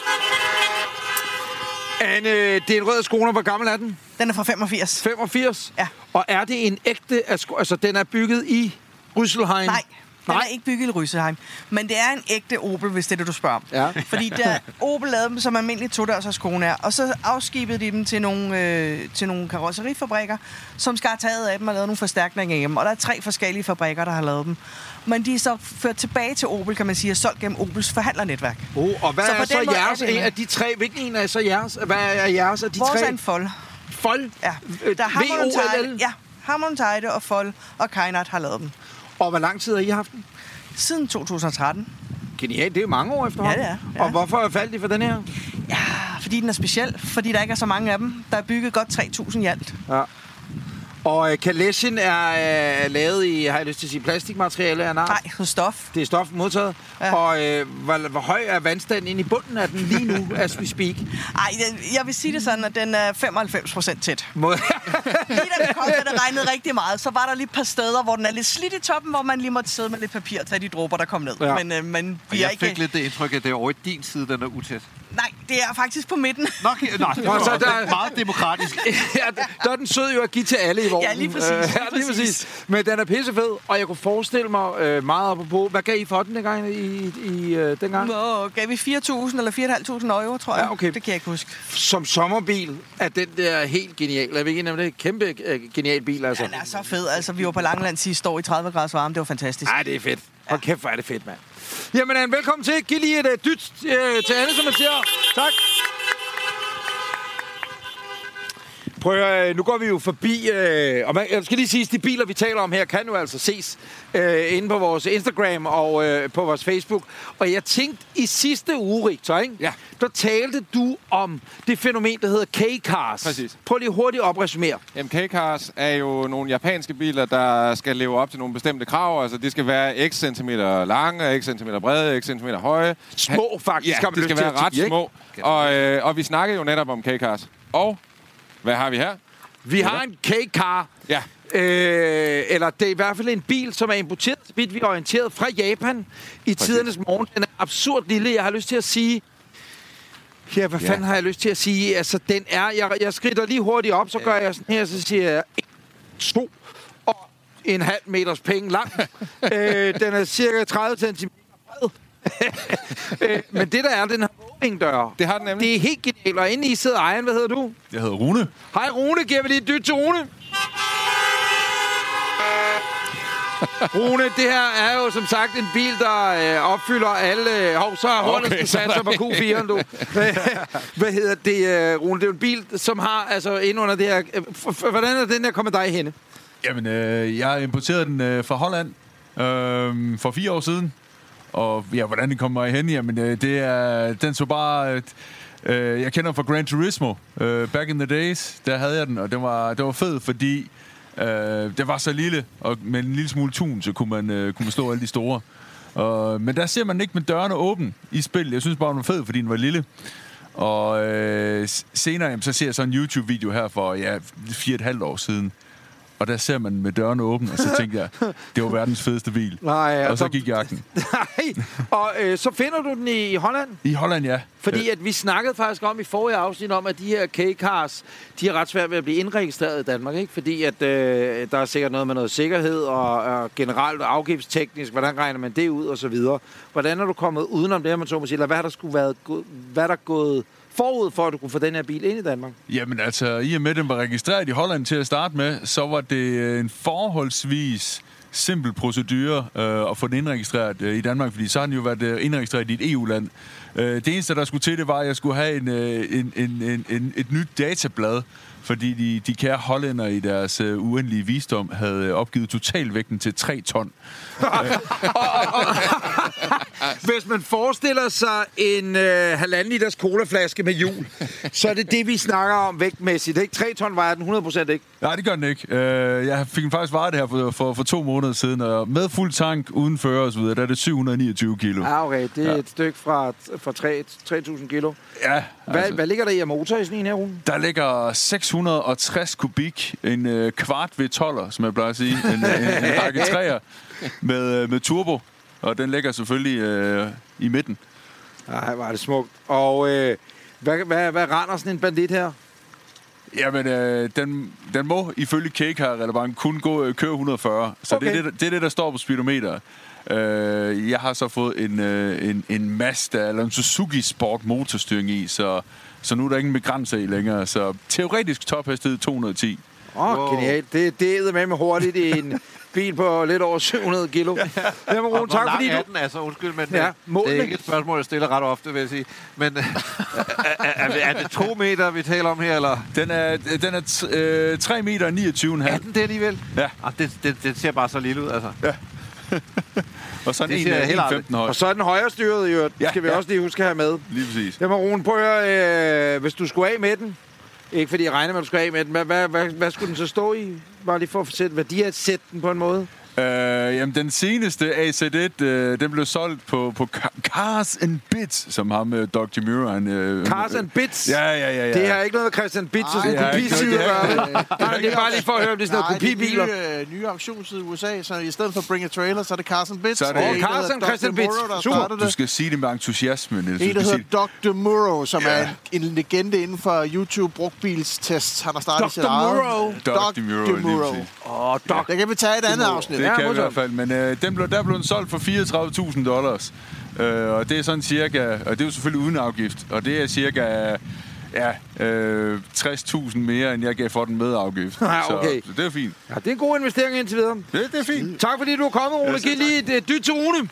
Anne, det er en rød Ascona. Hvor gammel er den?
Den er fra femogfirs.
femogfirs?
Ja.
Og er det en ægte Ascona? Altså, den er bygget i Rysselheim?
Nej. Den
Nej.
er ikke bygget i Rysselheim. Men det er en ægte Opel, hvis det er det, du spørger om.
Ja.
Fordi der Opel lavede dem som almindelige todørs Ascona, og så afskibede de dem til nogle, øh, til nogle karosserifabrikker, som skal have taget af dem og lavet nogle forstærkninger af dem. Og der er tre forskellige fabrikker, der har lavet dem. Men de er så ført tilbage til Opel, kan man sige, og solgt gennem Opels forhandlernetværk.
Oh, og hvad så er så jeres
er
en af de tre? Hvilken en er så jeres? Hvad er jeres af de
Vores
tre?
Vores er en Fold.
Fold?
Ja. Der er Hammerlund Tejde, ja, Hammerlund Tejde og Fold og Kajnert har lavet dem.
Og hvor lang tid har I haft den?
Siden to tusind og tretten.
Genialt, det er jo mange år efterhånden.
Ja, det er. Ja.
Og hvorfor faldt I for den her?
Ja, fordi den er speciel. Fordi der ikke er så mange af dem. Der er bygget godt tre tusind i alt.
Ja. Og øh, kalesjen er øh, lavet i, har jeg lyst til at sige, plastikmateriale af nar?
Nej, stof.
Det er stof modtaget. Ja. Og øh, hvor, hvor høj er vandstanden inde i bunden af den lige nu, as we speak?
Ej, jeg vil sige det sådan, at den er femoghalvfems procent tæt.
Mod...
lige da det kom, da det regnede rigtig meget, så var der lige et par steder, hvor den er lidt slidt i toppen, hvor man lige måtte sidde med lidt papir og tage de dråber, der kom ned. Ja. Men, øh, men vi
jeg
er ikke...
fik lidt det indtryk, at det er over i din side, den er utæt.
Nej, det er faktisk på midten.
Nå, nej, det var
så der er
meget demokratisk.
Ja, der er den sød jo at give til alle i vognen.
Ja, lige præcis. Lige
ja, lige præcis. præcis. Men den er pissefed, og jeg kunne forestille mig øh, meget op på. Hvad gav I for den dengang? I, i, øh, dengang?
Nå, gav vi fire tusind eller fire tusind fem hundrede euro, tror jeg.
Ja, okay.
Det kan jeg ikke huske.
Som sommerbil er den der helt genial. Jeg ved ikke, om det er en kæmpe øh, genial bil, altså.
Ja, den er så fed. Altså, vi var på Langeland sidste år i tredive graders varme. Det var fantastisk.
Nej, det er fedt. Hold kæft, hvor er det fedt, mand. Jamen, Anne, velkommen til. Giv lige et uh, dyt uh, til Anne, som man siger. Tak. Prøv at, nu går vi jo forbi, øh, og man, jeg skal lige sige, at de biler, vi taler om her, kan jo altså ses øh, inde på vores Instagram og øh, på vores Facebook. Og jeg tænkte, i sidste uge, Richter, ikke?
Ja.
Der talte du om det fænomen, der hedder K-Cars.
Præcis.
Prøv lige hurtigt at opresumere.
M K-Cars er jo nogle japanske biler, der skal leve op til nogle bestemte krav. Altså, de skal være x centimeter lange, x centimeter brede, x centimeter høje.
Små, faktisk.
Ja, de skal være ret
sige,
små. Og, øh, og vi snakkede jo netop om K-Cars. Og hvad har vi her?
Vi har en K-Car.
Ja.
Øh, eller det er i hvert fald en bil, som er importeret, så vidt vi er orienteret, fra Japan i Præcis. tidernes morgen. Den er absurd lille. Jeg har lyst til at sige... Ja, hvad ja. fanden har jeg lyst til at sige? Altså, den er... Jeg, jeg skrider lige hurtigt op, så gør jeg sådan her, så siger jeg... to og en halv meters penge lang. øh, den er cirka tredive centimeter bred. øh, men det der er, den har swingdøre.
Det har den nemlig.
Det er helt genialt. Og inde i sidder ejeren. Hvad hedder du?
Jeg hedder Rune.
Hej Rune. Giver vi lige et dyt til Rune? Rune, det her er jo som sagt en bil, der øh, opfylder alle... Hov, så har Hornet okay, sat sig på Q fire'en, du. Hvad hedder det, øh, Rune? Det er jo en bil, som har altså ind under det her... Øh, hvordan er den der kommet dig henne?
Jamen, øh, jeg importerede den øh, fra Holland øh, for fire år siden. Og ja, hvordan den kommer mig hen? Jamen, øh, det er... Den så bare... Øh, jeg kender fra Gran Turismo. Øh, back in the days, der havde jeg den, og den var, det var fed, fordi... Uh, det var så lille, og med en lille smule tun, så kunne man, uh, kunne man slå alle de store. Uh, men der ser man ikke med dørene åbne i spil. Jeg synes bare, den var fed, fordi den var lille. Og uh, senere, jamen, så ser jeg så en YouTube-video her for ja, fire og et halvt år siden. Og der ser man med dørene åbne, og så tænkte jeg, det var verdens fedeste bil.
Nej,
og så gik jagten.
Nej, og øh, så finder du den i Holland?
I Holland, ja.
Fordi at vi snakkede faktisk om i forrige afsnit om, at de her K-cars, de er ret svært ved at blive indregistreret i Danmark, ikke? Fordi at øh, der er sikkert noget med noget sikkerhed og, og generelt afgiftsteknisk, hvordan regner man det ud og så videre. Hvordan er du kommet udenom det her, man så må sige, eller hvad har der skulle været, hvad er der gået forud for, at du kunne få den her bil ind i Danmark?
Jamen altså, i og med, at den var registreret i Holland til at starte med, så var det en forholdsvis simpel procedure øh, at få den indregistreret øh, i Danmark, fordi så har den jo været øh, indregistreret i et E U-land. Øh, det eneste, der skulle til, det var, at jeg skulle have en, øh, en, en, en, en, et nyt datablad, fordi de, de kære hollænder i deres øh, uendelige visdom havde opgivet totalvægten til tre ton.
Hvis man forestiller sig en øh, halvanden liters colaflaske med hjul, så er det det, vi snakker om vægtmæssigt. Ikke? tre ton vejer den hundrede procent ikke?
Nej, det gør den ikke. Øh, jeg fik den faktisk varet det her for, for, for to måneder siden, og med fuld tank, uden fører og så videre, der er det syv hundrede og niogtyve kilo.
Ah, okay. Det er
ja.
et stykke fra, fra tre tusind kilo.
Ja.
Hvad,
altså,
hvad ligger der i af motor i sådan en her, Rune?
Der ligger seks hundrede og tres kubik, en øh, kvart V tolver, som jeg plejer at sige, en, en, en pakke træer med, med turbo, og den ligger selvfølgelig øh, i midten.
Nej, var det smukt. Og øh, hvad, hvad, hvad render sådan en bandit her?
Jamen, øh, den, den må ifølge K-car-relevant kun gå, øh, køre et hundrede og fyrre. Så okay. det, er det, det er det, der står på speedometer. Øh, jeg har så fået en, øh, en, en Mazda eller en Suzuki Sport motorstyring i, så, så nu er der ingen begrænser i længere. Så teoretisk tophastighed to hundrede og ti.
Åh, oh, wow. Genialt. Det, det er med med hurtigt i en bil på lidt over syv hundrede kilo. Ja, men Rune, tak fordi du...
er den, altså? Undskyld, men
ja,
det er ikke et spørgsmål, jeg stiller ret ofte, vil jeg sige. Men er, er, er det to meter, vi taler om her, eller?
Den er, den er t- øh, tre meter og niogtyve komma fem.
Er den det alligevel?
Ja.
Ah, det, det, det ser bare så lille ud, altså.
Ja. Og så er den en femten høj.
Og så er den højre styret, jo.
Ja,
skal vi
ja.
også lige huske at have med.
Lige præcis.
Jamen, Rune, prøv at høre, øh, hvis du skulle af med den, ikke fordi jeg regner med, at du skulle af med den, hvad, hvad, hvad, hvad skulle den så stå i? Bare lige for at sætte værdiansætte den på en måde.
Øh, jamen, den seneste A Z et, øh, den blev solgt på, på Cars and Bits, som har med Doug DeMuro. Han, øh,
Cars and Bits?
Ja, ja, ja, ja.
Det har ikke noget med Christian Bits og sådan en kopiside at gøre. Nej, det er bare lige for at høre, om det er sådan noget kopibiler.
Det er nye, nye auktionsside i U S A, så i stedet for Bring a Trailer, så er det Cars and Bits.
Så er det
oh, Cars and Christian Bits.
Super.
Du skal sige det med entusiasme, Niels.
En, der hedder Doug DeMuro, som
ja.
er en, en legende inden for YouTube-brugtbilstest. Han har startet sit eget.
Doug DeMuro.
Åh, Doug.
Det kan vi tage et andet afsnit.
Det kan vi i hvert fald, men øh, den blev, der blev den solgt for fireogtredive tusind dollars. Øh, og det er sådan cirka, og det er jo selvfølgelig uden afgift, og det er cirka ja, øh, tres tusind mere, end jeg gav for den med afgift.
Ja, okay.
Så, så det er fint.
Ja, det er en god investering indtil videre.
Det, det er fint.
Tak fordi du er kommet, Rune. Giv lige et, et dyt til Rune.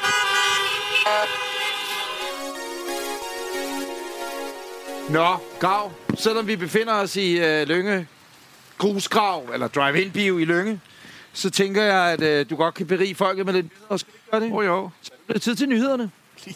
Nå, Grav. Selvom vi befinder os i øh, Lynge Grusgrav, eller drive-in-bio i Lynge, så tænker jeg, at øh, du godt kan berige folket med lidt nyheder. Skal vi gøre det?
Oh, jo.
Så er det tid til nyhederne.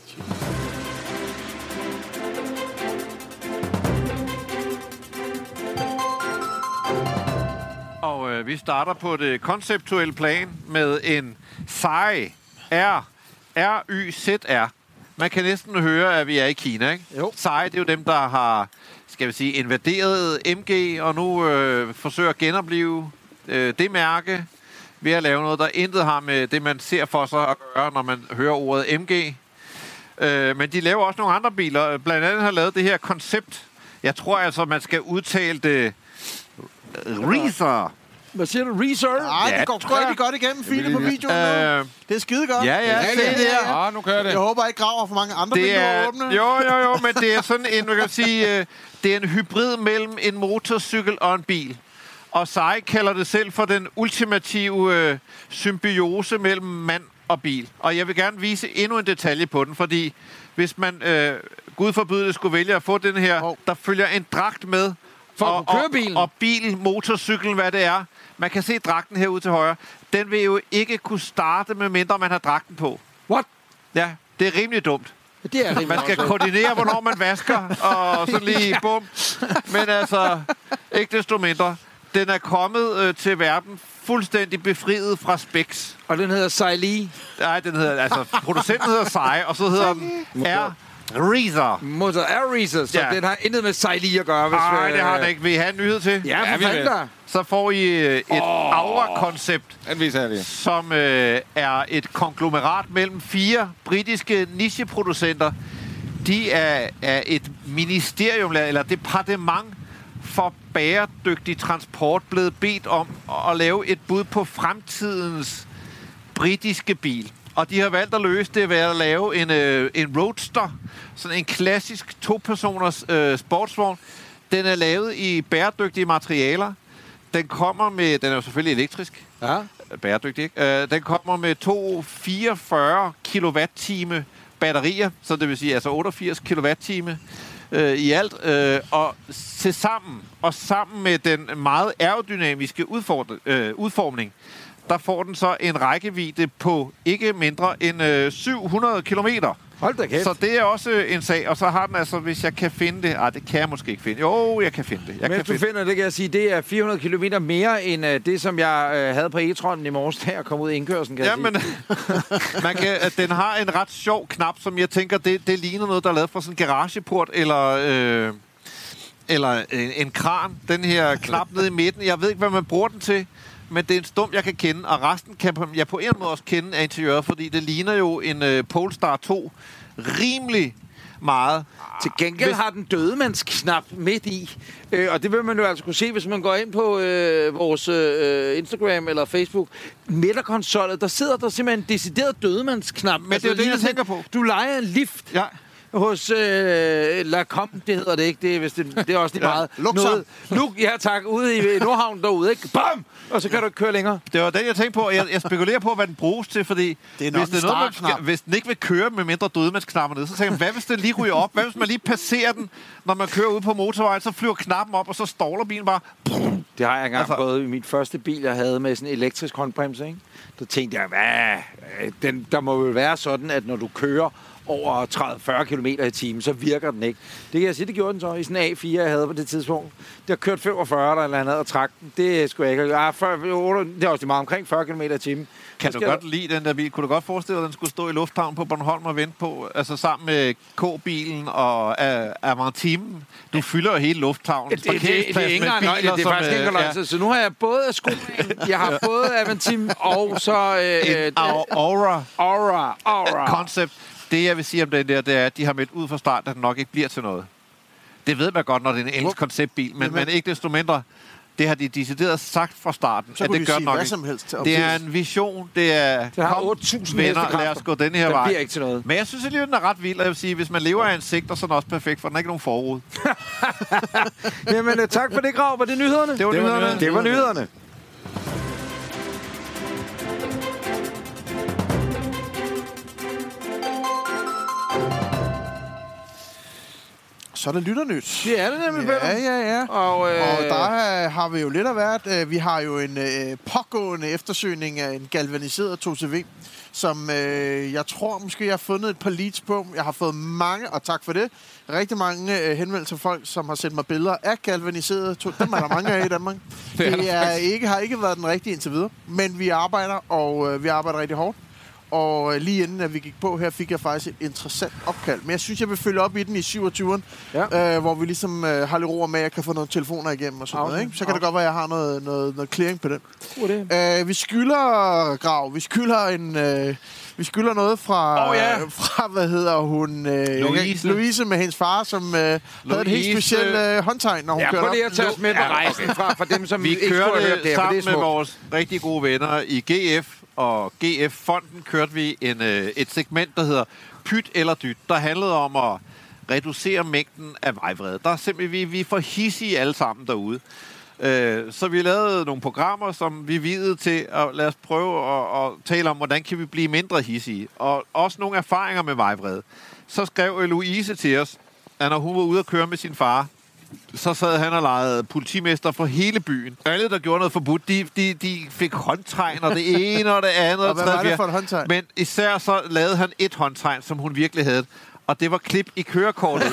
Og øh, vi starter på det konceptuelle plan med en Sai R. R Y Z R. Man kan næsten høre, at vi er i Kina, ikke?
Jo.
Sai, det er jo dem, der har, skal vi sige, invaderet M G, og nu øh, forsøger at genopleve øh, det mærke ved at lave noget, der intet har med det, man ser for sig at gøre, når man hører ordet M G. Øh, men de laver også nogle andre biler. Blandt andet har lavet det her koncept. Jeg tror altså, man skal udtale det Reeser.
Hvad siger du? Reserve?
Nej,
Ja,
det går
tror jeg.
rigtig godt igennem Fine på videoen.
Øh,
nu. Det er skide godt.
ja, ja, se det her.
Ja, nu kører det.
Jeg håber ikke graver for mange andre
Det
vinduer
er,
åbne.
jo, jo, jo, men det er sådan en, man kan sige, øh, det er en hybrid mellem en motorcykel og en bil. Og Sai kalder det selv for den ultimative øh, symbiose mellem mand og bil. Og jeg vil gerne vise endnu en detalje på den, fordi hvis man, øh, Gud forbyde det, skulle vælge at få den her,
Hov.
der følger en dragt med.
For at
og,
kunne køre
og,
bilen.
og bil, motorcyklen, hvad det er. Man kan se dragten herude til højre. Den vil jo ikke kunne starte, med mindre man har dragten på.
What?
Ja, det er rimelig dumt.
Det er
Man skal koordinere, hvornår man vasker, og så lige bum. Men altså, ikke desto mindre. Den er kommet øh, til verden fuldstændig befriet fra specs.
Og den hedder Saili.
Nej, den hedder, altså, producenten hedder Sai, og så hedder den R. Reeser.
Motor Air Racer, så
Ja.
den har intet med Saili at gøre. Hvis
Nej,
vi-
det har den ikke. Vil I have en nyhed til?
Ja,
Ja,
for
vi
fanden
vil.
da.
Så får I øh, et oh. Aura-koncept,
Den viser jeg lige.
som øh, er et konglomerat mellem fire britiske nicheproducenter. De er, er et ministerium, eller departement for bæredygtig transport, blevet bedt om at lave et bud på fremtidens britiske bil. Og de har valgt at løse det ved at lave en, øh, en Roadster, sådan en klassisk to-personers øh, sportsvogn. Den er lavet i bæredygtige materialer. Den kommer med, den er jo selvfølgelig elektrisk,
Ja.
bæredygtig, ikke? Øh, den kommer med to fireogfyrre kilowatt-time batterier, så det vil sige altså otteogfirs kilowatt-time øh, i alt. Øh, og til sammen, og sammen med den meget aerodynamiske udfordre, øh, udformning, der får den så en rækkevidde på ikke mindre end øh, syv hundrede kilometer.
Hold da kæft.
Så det er også en sag, og så har den altså, hvis jeg kan finde det... Ej, det kan jeg måske ikke finde. Jo, jeg kan finde det. Jeg
Mens
kan
du
finde
finder det, kan jeg sige, det er fire hundrede kilometer mere end uh, det, som jeg uh, havde på e-tronen i morges, da jeg kom ud i indkørslen, kan
Ja,
jeg
men man kan, at den har en ret sjov knap, som jeg tænker, det, det ligner noget, der er lavet fra sådan en garageport, eller, øh, eller en, en kran. Den her knap nede i midten. Jeg ved ikke, hvad man bruger den til, men det er en stum, jeg kan kende, og resten kan jeg på en måde også kende af interiøret, fordi det ligner jo en øh, Polestar to rimelig meget.
Til gengæld
Hvis-
har den dødemandsknap midt i. Øh, og det vil man jo altså kunne se, hvis man går ind på øh, vores øh, Instagram eller Facebook. Midterkonsollet, der sidder der simpelthen en decideret dødemandsknap. Men
det er jo det, jeg tænker på.
Du leger en lift.
Ja.
Hos øh, Lacom, det hedder det ikke. Det er, vist det, det er også lige
Ja,
meget.
Luxor.
Noget. Luk, ja tak, ude i Nordhavn derude, ikke? Bam! Og så kan du ikke køre længere.
Det var den, jeg tænkte på. Jeg, jeg spekulerer på, hvad den bruges til, fordi
Det er nok
hvis,
en
noget, man
startknap.
skal, hvis den ikke vil køre med mindre dødemandsknapper ned, så tænker jeg, hvad hvis den lige ryger op? Hvad hvis man lige passerer den, når man kører ud på motorvejen, så flyver knappen op, og så ståler bilen bare.
Det har jeg engang
Altså-
altså, prøvet i mit første bil, jeg havde med sådan en elektrisk håndbremse, ikke? Der tænkte jeg, hvad? Den, der må jo være sådan, at når du kører over tredive til fyrre kilometer i timen, så virker den ikke. Det kan jeg sige, det gjorde den så i sådan en A fire, jeg havde på det tidspunkt. Der kørte femogfyrre eller andet og trak den. Det skulle jeg ikke. Ah, fyrre, det er også lige meget omkring fyrre kilometer i timen.
Kan
Så
du
skal
godt lide den der bil? Kunne du godt forestille dig, at den skulle stå i lufthavn på Bornholm og vente på, altså sammen med K-bilen og uh, Avantimen? Du fylder jo hele lufthavnen.
Det, det, det, det er ikke engang løgn. Det er faktisk ikke engang løgn. Så nu har jeg både skoen, jeg har både Avantim og så... Øh,
en Aura
Aura. Aura.
Concept. Det, jeg vil sige om den der, det er, at de har meldt ud fra start, at den nok ikke bliver til noget. Det ved man godt, når det er en engelsk konceptbil, men, men ikke desto mindre, det har de decideret sagt fra starten,
Så
at
kunne
det
de
gør
sige
nok
hvad
ikke.
som helst.
Det er en vision, det er...
Det har
kom,
otte tusind
venner,
hestekræfter.
lad os gå den her
Den
vej.
bliver ikke til noget.
Men jeg synes alligevel, den er ret vild, og jeg vil sige, hvis man lever af insekter, så er den også perfekt, for den er ikke nogen forrude.
Jamen, øh, tak for det, Grav. Var det nyhederne?
Det var nyhederne.
Det var nyhederne.
Så er det lytternyt.
Det er det nemlig,
Ja,
Peter.
ja, ja.
Og, øh,
Og der øh, har vi jo lidt af hvert. Øh, Vi har jo en øh, pågående eftersøgning af en galvaniseret to C V, som øh, jeg tror måske, jeg har fundet et par leads på. Jeg har fået mange, og tak for det, rigtig mange øh, henvendelser fra folk, som har sendt mig billeder af galvaniserede to. Dem er der mange af i Danmark.
Det er
Det er ikke, har ikke været den rigtige indtil videre, men vi arbejder, og øh, vi arbejder rigtig hårdt. Og øh, lige inden at vi gik på her, fik jeg faktisk et interessant opkald. Men jeg synes, jeg vil følge op i den i syvogtyveren, ja. øh, hvor vi ligesom øh, har lidt ro med, at jeg kan få nogle telefoner igennem og sådan okay. noget. Ikke? Så kan okay. det godt være, at jeg har noget, noget, noget clearing på den. Øh, vi skylder, Grav, vi skylder en... Øh, Vi skylder noget fra,
oh, ja.
fra hvad hedder hun? Øh,
Louise.
Louise med hendes far, som øh, havde et helt specielt øh, håndtegn, når hun
ja,
kørte op.
Ja, prøv lige at tage os med på rejsen ja, okay. fra, fra dem, som
vi
ikke
kørte
hørt det,
sammen
det
med vores rigtig gode venner i G F og G F-fonden kørte vi en, øh, et segment, der hedder Pyt eller Dyt, der handlede om at reducere mængden af vejvrede. Der er simpelthen, vi, vi er for hissige alle sammen derude. Så vi lavede nogle programmer, som vi videde til at lade os prøve at, at tale om, hvordan kan vi blive mindre hissige. Og også nogle erfaringer med vejvrede. Så skrev Louise til os, at når hun var ude at køre med sin far, så sad han og legede politimester for hele byen. Alle, der gjorde noget forbudt, de, de, de fik håndtegn, og det ene og det andet.
Og hvad var det for et håndtegn?
Men især så lavede han et håndtegn, som hun virkelig havde. Og det var klip i kørekortet.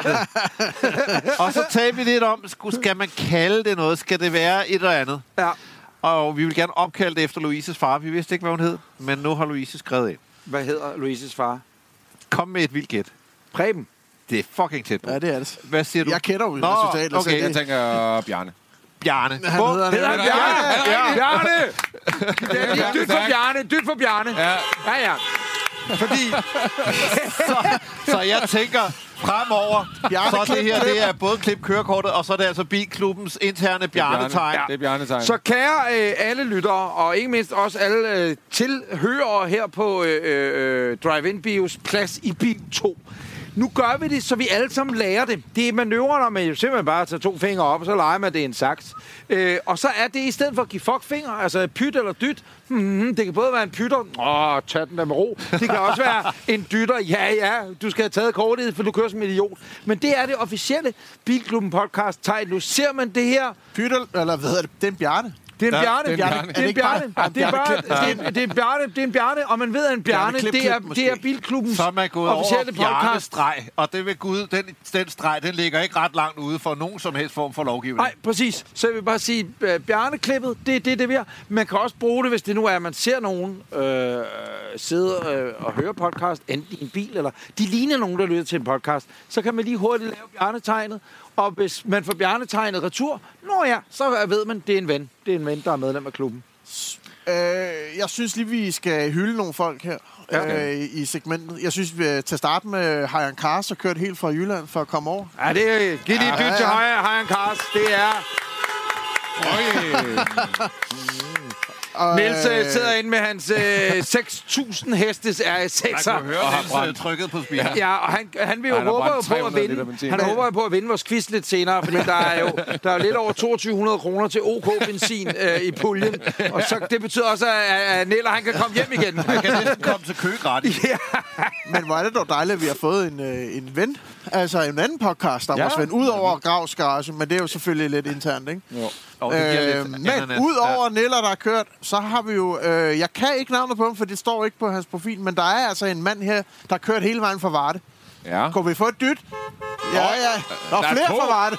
Og så talte vi lidt om, skal man kalde det noget? Skal det være et eller andet?
Ja.
Og vi vil gerne opkalde det efter Louises far. Vi vidste ikke, hvad hun hed, men nu har Louise skrevet ind.
Hvad hedder Louises far?
Kom med et vildt gæt.
Preben.
Det er fucking tæt på.
Ja, det er det.
Hvad siger du?
Jeg kender jo
Nå,
resultatet.
okay.
Jeg tænker Bjarne.
Bjarne.
Han hedder,
hedder han Bjarne?
Ja, ja.
Bjarne! Dyt for Bjarne, dyt for Bjarne. Ja, ja. ja. Fordi...
så, så jeg tænker, fremover, Bjarne så det her, det er både klip kørekortet, og så er det altså Bilklubbens interne Bjarne-tegn.
Det er Bjarne-tegn.
Så kære øh, alle lyttere, og ikke mindst også alle øh, tilhørere her på øh, øh, Drive-In Bios plads i bil to. Nu gør vi det, så vi alle sammen lærer det. Det er manøvrer, når man jo simpelthen bare tager to fingre op, og så leger man det i en saks. Øh, og så er det i stedet for at give fuckfinger, altså pyt eller dyt. Hmm, det kan både være en pytter. Åh, tag den der med ro. Det kan også være en dytter. Ja, ja, du skal have taget kortet, for du kører som en idiot. Men det er det officielle Bilklubben podcast tegn. Nu ser man det her.
Pytter, eller hvad hedder det? Det er en Bjarne.
Det er en Bjarne.
Det er en Bjarne.
Det er en Bjarne. Det er bare- det er- det er en Bjarne. Det er en Bjarne, og man ved, at en Bjarne,
Klip,
det
klip,
er,
måske.
det er Bilklubbens
Så er man gået over
officielle podcast.
Bjarne-streg, og det vil Gud, den, den streg, den ligger ikke ret langt ude for nogen som helst form for lovgivning.
Nej, præcis. Så jeg vil bare sige, uh, Bjarne-klippet, det er det, det vi har. Man kan også bruge det, hvis det nu er, at man ser nogen øh, sidde øh, og høre podcast, enten i en bil, eller de ligner nogen, der lytter til en podcast. Så kan man lige hurtigt lave Bjarne-tegnet, og hvis man får Bjarne-tegnet retur, nå ja, så ved man, det er en ven. Det er en ven, der er medlem af klubben.
Øh, jeg synes lige, vi skal hylde nogle folk her
Ja.
øh, i segmentet. Jeg synes, vi til at starte med Hayan Kars har kørt helt fra Jylland for at komme over.
Ja, det er... Giv lige et dyt til højre, Hayan Kars. Det er...
Og,
Niels øh, sidder inde med hans øh, seks tusind hestes R S sekser.
Man kunne høre, at han trykket på speaker.
Ja, og han, han vil jo
Han har
håber jo
brændt
på at
tre hundrede liter
vinde.
benzin.
Han håber jo på at vinde vores quiz lidt senere, fordi der er jo der er jo lidt over toogtyve hundrede kroner til OK benzin øh, i puljen. Og så det betyder også, at, at Niller, han kan komme hjem igen.
Han kan næsten komme til kø gratis.
Ja.
Men hvor er det dog dejligt, at vi har fået en, øh, en ven. Altså en anden podcast, der
Ja.
var Svend. Udover Gravs Garage, men det er jo selvfølgelig lidt internt, ikke?
Jo. Og det giver
Øh,
lidt
men
ananas.
udover ja. Niller, der har kørt, så har vi jo... Øh, jeg kan ikke navnet på ham, for det står ikke på hans profil, men der er altså en mand her, der har kørt hele vejen fra Varde.
Ja.
Kunne vi få et dyt? Ja, ja. Der er
Der er
flere
to.
fra Varde.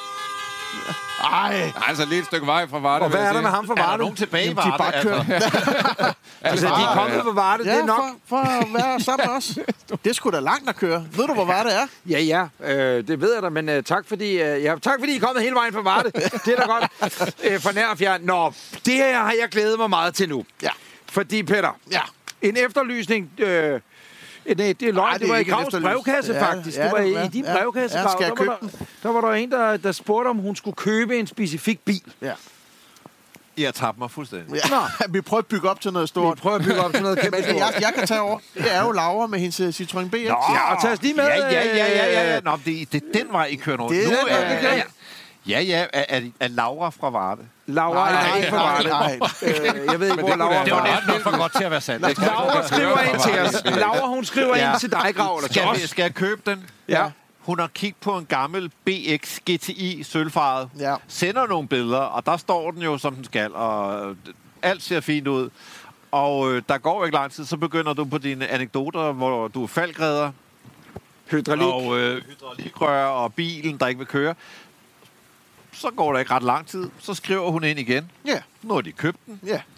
Ej.
Altså lige et stykke vej fra Varde.
Og hvad
vil jeg
er der med
sige.
ham for
Er der
Varde?
nogen tilbage i
Jamen, de er
Varde?
bare kørt.
Altså, de er kommet på Varde,
Ja,
det er nok.
for, for at være sammen med os. Det er sgu da langt at køre. Ved du, hvor Varde er?
Ja, ja, øh, det ved jeg da, men øh, tak, fordi, øh, ja, tak fordi I er kommet hele vejen fra Varde. Det er da godt. Øh, for nær og fjern. Nå, det her har jeg glædet mig meget til nu.
Ja.
Fordi, Peter,
Ja.
en efterlysning... Øh, Nej, det er løgn.
Ej,
det,
det er
var i
ikke en
Gravs
efterlysning.
brevkasse,
Ja,
faktisk.
ja,
det var
det
i,
var-
i din
ja.
brevkasse,
Ja,
Grav.
skal jeg
der, var
købe
der, der var der en, der, der spurgte, om hun skulle købe en specifik bil.
Ja.
Jeg tabte mig fuldstændig.
Ja. Vi prøver at bygge op til noget
Vi
stort.
prøver at bygge op til noget kæmpe
Men
stort.
jeg, jeg kan tage over. Det er jo Laura med hendes uh, Citroën B X.
Ja, og tag os lige med.
Ja, ja, ja, ja, ja, ja.
øh,
Nå, det, det er den vej, I kører nu.
Det er
nu
den vej,
er,
vi kører.
ja, ja, ja. Er, er, er Laura fra Varde?
Laura
Nej,
er
nej,
ikke fra
nej,
Varde.
nej.
Øh, Jeg ved ikke, hvor
det kunne
Laura
da-
Det var
er.
næsten nok for godt til at være sandt.
Laura skriver ind til os. Laura, hun skriver
Ja.
ind til dig, Grav, eller til
Skal,
os.
vi, skal jeg købe den?
Ja.
Hun har kigget på en gammel B X G T I sølvfarvet.
Ja.
Sender nogle billeder, og der står den jo, som den skal. Og alt ser fint ud. Og øh, der går ikke lang tid, så begynder du på dine anekdoter, hvor du er faldgræder.
Hydraulik.
Og øh, hydraulikrør og bilen, der ikke vil køre. Så går der ikke ret lang tid. Så skriver hun ind igen.
Ja.
Nu har de købt den.
Ja.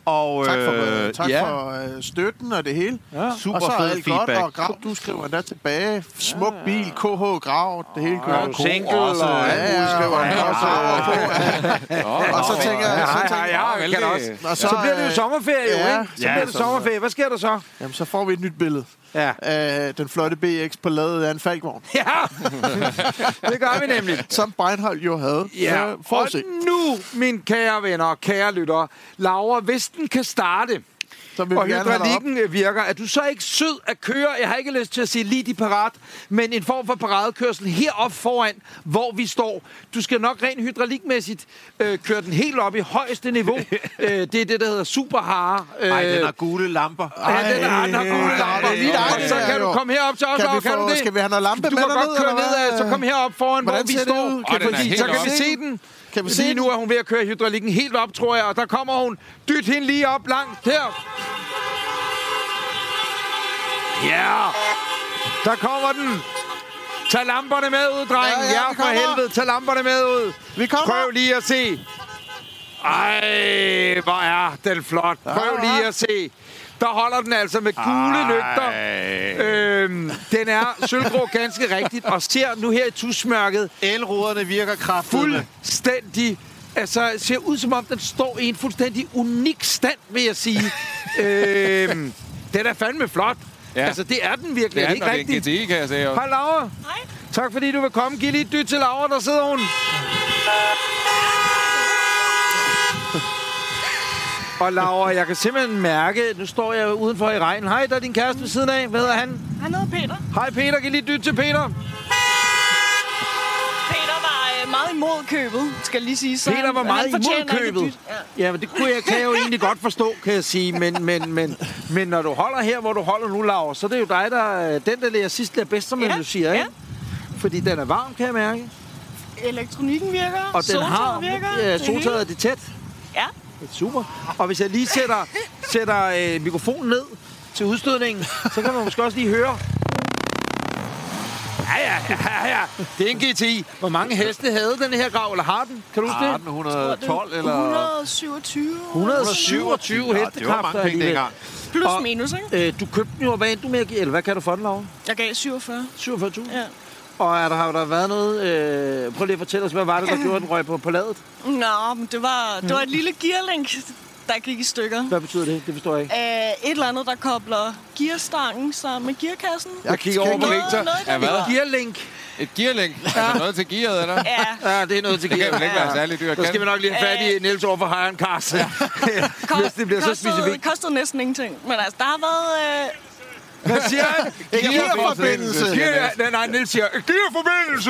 Og,
Tak for,
øh,
tak
ja,
for øh, støtten og det hele.
Ja.
super
og så er
fed
alt
feedback.
godt, og Grav, du skriver endda tilbage. Smuk bil, K H Grav, det hele kører.
Ja, single
også,
og
ja,
alt muligt skriver han også.
Og så tænker jeg... Så, tænker,
Ja, ja, kan også.
og
Så bliver det jo
øh,
sommerferie, jo,
ja,
ikke? Så
ja,
bliver det
så-
sommerferie. Hvad sker der så?
Jamen, så får vi et nyt billede
Ja.
af den flotte B X på ladet af en falkvogn.
Ja, det gør vi nemlig.
Som Beinholt jo havde.
Ja,
Så får
og
se.
nu, mine kære venner og kære lyttere, Laura, hvis den kan starte,
Så vil
og
vi gerne have dig op.
hydraulikken virker, er du så ikke sød at køre, jeg har ikke lyst til at sige lige de parat, men en form for paradekørsel herop foran, hvor vi står. Du skal nok rent hydraulikmæssigt øh, køre den helt op i højeste niveau. øh, det er det, der hedder superhare. Øh,
Ej, den har gule lamper.
Ja, den har, den har gule lamper.
det er lige dig,
Og
det
så
der,
kan du
jo.
komme herop til os,
Kan
og
vi,
kan du
få,
det?
skal vi have noget lampe
Du
med
kan godt
derned,
køre
eller
ned,
hvad?
så kom herop foran, hvor
Hvordan
vi
ser det
står.
ud? Kan
Åh, den er
Fordi
helt
så kan vi
oppe.
se den.
Kan vi se
Lige
den?
nu er hun ved at køre hydraulikken helt op, tror jeg, og der kommer hun. Dyt hende lige op langt her. Ja, der kommer den. Tag lamperne med ud, dreng.
Ja, ja,
Ja,
vi
for
kommer.
helvede. Tag lamperne med ud.
Vi kommer.
Prøv lige at se. Ej, hvor er den flot. Prøv lige at se. Der holder den altså med gule lygter. Øhm, den er sølvgrå ganske rigtigt, og ser nu her i tusmørket
Elruderne virker kraftigt.
fuldstændig... Altså, ser ud som om, den står i en fuldstændig unik stand, vil jeg sige. øhm, den er fandme flot.
Ja.
Altså, det er den virkelig.
Det er,
er det
når
ikke
det er en
rigtigt?
G T I, kan jeg sige også.
Hej, Laura.
Hej.
Tak fordi du vil komme. Giv lige et dyt til Laura, der sidder hun. Og Laura, jeg kan simpelthen mærke, nu står jeg udenfor i regnen. Hej, der er din kæreste ved siden af. Hvad hedder han?
Han hedder Peter.
Hej Peter, giv lige et dyt til Peter.
Peter var øh, meget imod købet, skal jeg lige sige. Så
Peter var
han-
meget
han
imod
fortjener ikke et
købet.
dyt. Ja.
Ja, men det kunne jeg, kan jeg jo egentlig godt forstå, kan jeg sige. Men, men, men, men når du holder her, hvor du holder nu, Laura, så er det jo dig, der den, der lærer sidst, lærer bedst, som man
Ja,
jo siger, ikke? Fordi den er varm, kan jeg mærke.
Elektronikken virker,
Og den har
virker.
ja,
det hele.
soltaget er det tæt.
Ja.
Det er super. Og hvis jeg lige sætter, sætter øh, mikrofonen ned til udstødningen, så kan man måske også lige høre. Ja, ja, ja, ja. Det er en G T I. Hvor mange heste havde den her Grav, eller har den? Kan du huske
Har
det?
den et hundrede og tolv, eller?
et hundrede og syvogtyve.
et hundrede og syvogtyve
Ja, det var
hestekræfter
mange penge
alligevel.
dengang.
Plus
Og-
minus, ikke?
Øh, du købte den jo, og hvad endte du med at give? Eller hvad kan du for den, Laura?
Jeg gav syvogfyrre.
syvogfyrre tusind?
Ja.
Og er der, har der været noget... Øh, prøv lige at fortælle os, hvad var det, der gjorde den røg på, på ladet?
Nå, men det var, det var et lille gearlink, der gik i stykker.
Hvad betyder det? Det forstår jeg ikke.
Æh, et eller andet, der kobler gearstangen sammen med gearkassen.
Jeg kigger over på
Noget-
Victor.
noget, der
Ja, hvad?
hedder-
Gearlink.
Et gearlink. Altså noget til gearet, eller?
Ja,
Ja, det er noget til
Det kan
gear.
vel ikke være særlig dyrt.
Så skal vi
kan
nok lige have fat i Niels over for Hejren Cars. Hvis det bliver så
kostede,
specifikt.
kostede næsten ingenting. Men altså, der har været... Øh,
Hvad siger han?
Gearforbindelse.
Gear, nej, nej, Niels siger, gearforbindelse.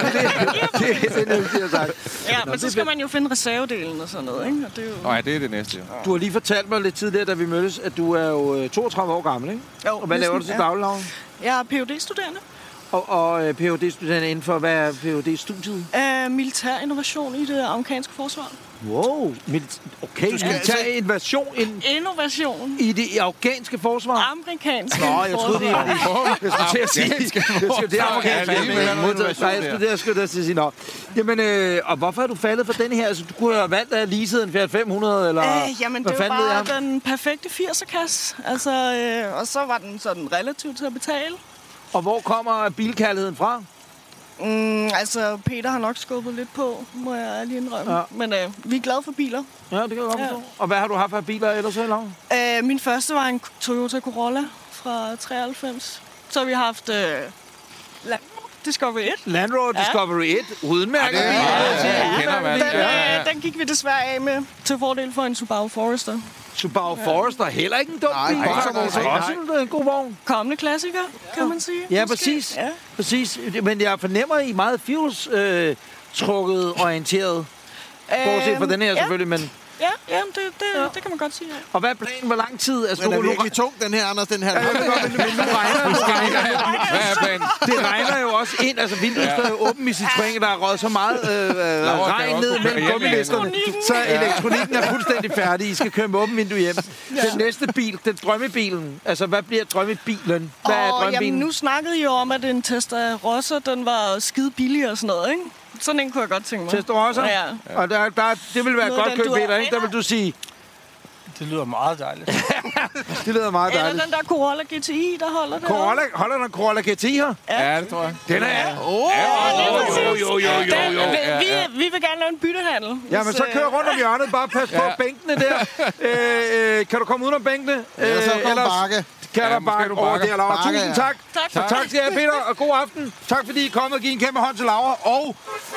det, det, det er Niels, siger sagt.
ja,
Nå,
men så
det
skal
er
man jo finde reservedelen og sådan noget, ikke? Og det er jo...
Nå ja, det er det næste. Jo.
Du har lige fortalt mig lidt tidligere, da vi mødtes, at du er jo øh, toogtredive år gammel, ikke?
Jo,
Og hvad laver du
næsten,
til
ja.
daglig, Laura?
Jeg er P H D-studerende.
Og, og øh, P H D-studerende inden for, hvad er P H D-studiet?
Uh, militær innovation i det amerikanske forsvar.
Wow. Milit- okay, du skal
altså-
tage invasion ind
Innovation.
i det afghanske forsvar.
Amerikansk
Nå, jeg troede, det
forsvar.
var... Jeg skulle til at sige... Jeg skulle det er amerikansk.
Ja, lige med noget innovation
Nej, jeg skulle der skulle der til at sige, nå. Jamen, øh, og hvorfor er du faldet for denne her? Altså, du kunne have valgt at lease en Fiat fem hundrede, eller...
Uh, jamen,
hvad
det var
fanden ved
bare
jeg?
den perfekte firser-kasse. Altså, øh, og så var den sådan relativt til at betale.
Og hvor kommer bilkærligheden fra?
Mm, altså, Peter har nok skubbet lidt på, må jeg lige indrømme.
Ja.
Ja. Men øh, vi er glade for biler.
Ja, det kan jeg godt
Ja.
forstå. Og hvad har du haft af biler ellers, eller?
Øh, min første var en Toyota Corolla fra treoghalvfems. Så har vi haft øh, La- Discovery et.
Land Rover
Ja.
Discovery et, uden mærke.
Ja, det er- ja, jeg kender, hvad-
Den,
Ja, ja.
øh, den gik vi desværre af med til fordel for en Subaru Forester.
Subaru Forester, heller ikke en dum
Nej,
bil.
nej,
Også
nej, nej,
også en, en god vogn.
Kommende klassiker, kan man sige.
Ja,
måske.
præcis.
Ja.
Præcis. Men jeg fornemmer, I er meget fuels-trukket orienteret. Bortset fra den her
ja.
selvfølgelig, men...
Ja, ja det, det, ja. det kan man godt sige. Ja.
Og hvad er planen? Hvor lang tid? Altså,
Den er
nu, nu,
virkelig tung, den her, Anders, den her.
Ja, det er godt, men, men nu regner, nu regner,
Hvad er planen?
det regner jo også ind. Altså, vinduet står jo åben i Citroën, der er røget så meget øh, øh,
Laura kan
regn
også
ned
gå
mellem
hjem
gummilisterne. Så elektronikken er fuldstændig færdig. I skal køre med åben vindue hjem. Den næste bil, den drømmebilen. Altså, hvad bliver drømmebilen? Hvad er
Og
drømmebilen?
jamen, nu snakkede I jo om, at en Tesla Rossa, den var skide billig og sådan noget, ikke? Sådan en kunne jeg godt tænke mig.
Testarossa?
Ja.
Og der, der, det vil være
Noget
godt
den
køb,
du er
Peter, ikke? Der vil du sige,
Det lyder meget dejligt.
Det lyder meget
Eller
dejligt.
den der Corolla G T I, der holder det.
Corolla, holder der en Corolla G T I her?
Ja, det tror jeg.
Den er...
Åh, oh,
jo, jo, jo, jo, jo, jo.
Vi, vi vil gerne lave en byttehandel.
Ja, men så kør rundt om hjørnet. Bare pas på bænkene der. Øh, øh, kan du komme ud om bænkene?
Ellers så
Øh,
kommer bakke.
Kan
Ja,
der
måske
bakke
du
over
bakker.
der, Laura.
Bakke,
Tusind
ja.
tak.
Tak.
Så tak skal jeg, Peter, og god aften. Tak fordi I er kommet og givet en kæmpe hånd til Laura. Og...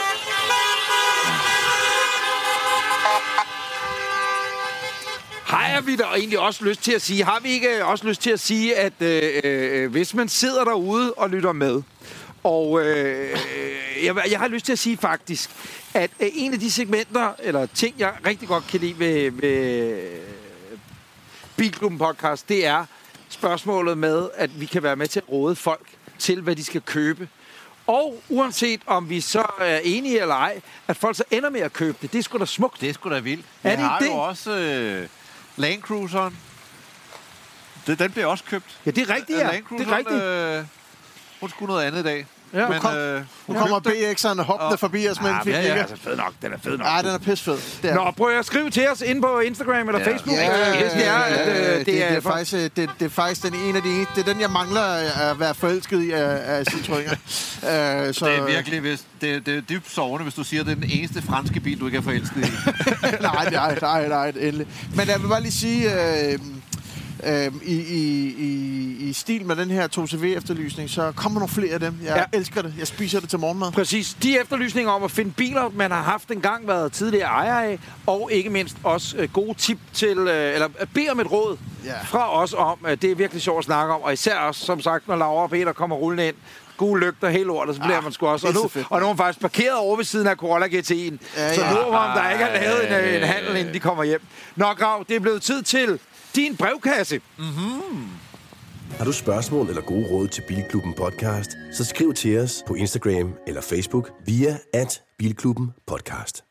Har vi da egentlig også lyst til at sige, har vi ikke også lyst til at sige, at øh, øh, hvis man sidder derude og lytter med, og øh, jeg, jeg har lyst til at sige faktisk, at øh, en af de segmenter, eller ting, jeg rigtig godt kan lide ved, ved Bilklubben podcast, det er spørgsmålet med, at vi kan være med til at råde folk til, hvad de skal købe. Og uanset om vi så er enige eller ej, at folk så ender med at købe det, det er sgu da smukt.
Det er sgu da vildt.
Er
Vi
det
har
ikke
jo
det?
også øh, Land Cruiseren. Det, den bliver også købt.
Ja, det er rigtigt, ja.
Land
Det er rigtigt.
Øh, hun skulle noget andet i dag.
Ja.
Men,
Kom.
øh,
Nu
hun
kommer
købte den.
B X'erne hoppende
Og-
forbi os, mens vi
ja, ja,
kigger.
altså fed nok. Den er fed nok.
Ej, den er pissfed. Det er.
Nå, prøv at skrive til os inde på Instagram eller
Ja.
Facebook.
Ja,
Hvis det er, at, øh,
det, det, er
for-
faktisk, øh, det, det er faktisk den ene af de eneste. Det er den, jeg mangler at være forelsket i af, af Citroëner. uh, så,
Det er virkelig, hvis, det, det er dybt sovende, hvis du siger, at det er den eneste franske bil, du ikke er forelsket i.
nej, nej, nej, nej, endelig. Men jeg vil bare lige sige, øh, øh, i, i, i, i stil med den her to C V-efterlysning, så kommer nogle flere af dem. Jeg
Ja.
ja. elsker det. Jeg spiser det til morgenmad.
Præcis. De efterlysninger om at finde biler, man har haft engang været tidligere ejer af, og ikke mindst også øh, gode tip til, øh, eller øh, bed om et råd
Ja.
fra os om, at det er virkelig sjovt at snakke om, og især også, som sagt, når Laura og Peter kommer rullende ind, gode lygter, hele lortet, så bliver man sgu også. Og nu,
pissefedt.
og nu er man faktisk parkeret over ved siden af Corolla G T I'en.
Ja,
Så
ja.
nu er om der ikke er lavet en, en handel, inden de kommer hjem. Nå, Grav, det er blevet tid til din brevkasse.
Har du spørgsmål eller gode råd til Bilklubben podcast, så skriv til os på Instagram eller Facebook via at Bilklubben podcast.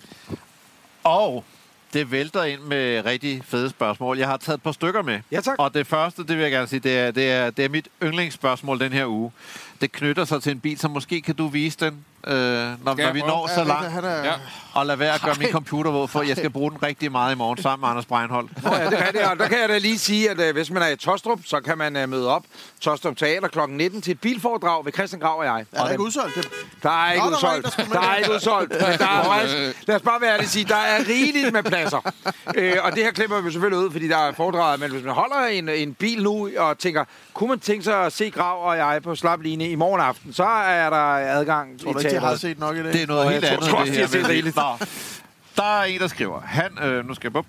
Og det vælter ind med rigtig fede spørgsmål. Jeg har taget et par stykker med.
Ja, tak.
Og det første, det vil jeg gerne sige, det er, det er, det er mit yndlingsspørgsmål den her uge. Det knytter sig til en bil, så måske kan du vise den, øh, når,
jeg
når vi
prøve?
når så
Ja,
langt.
han er,
Ja.
Og lad være at gøre min computer våd, for jeg skal bruge den rigtig meget i morgen sammen med Anders Breinholt.
Nå ja, det kan det. Og der kan jeg da lige sige, at øh, hvis man er i Tostrup, så kan man øh, møde op Tostrup Teater klokken nitten til et bilforedrag ved Christian Grav og jeg.
er der ikke udsolgt? Det,
Der er ikke
Nå, der var en,
udsolgt.
der skulle med.
Der er ikke udsolgt. Men der er faktisk, lad os bare være ærlig sige, der er rigeligt med pladser. øh, og det her klipper vi selvfølgelig ud, fordi der er foredraget. Men hvis man holder en, en bil nu og tænker, kunne man tænke sig at se Grav og jeg på slap linje i morgen aften, så er der adgang
tror du
i
ikke, de har
teateret.
set nok i det?
Det er noget
Og
helt
jeg
andet.
tror
end
også,
det
de har set
her med
rigeligt.
Nå, der er en, der skriver. Han, øh, nu skal jeg bup.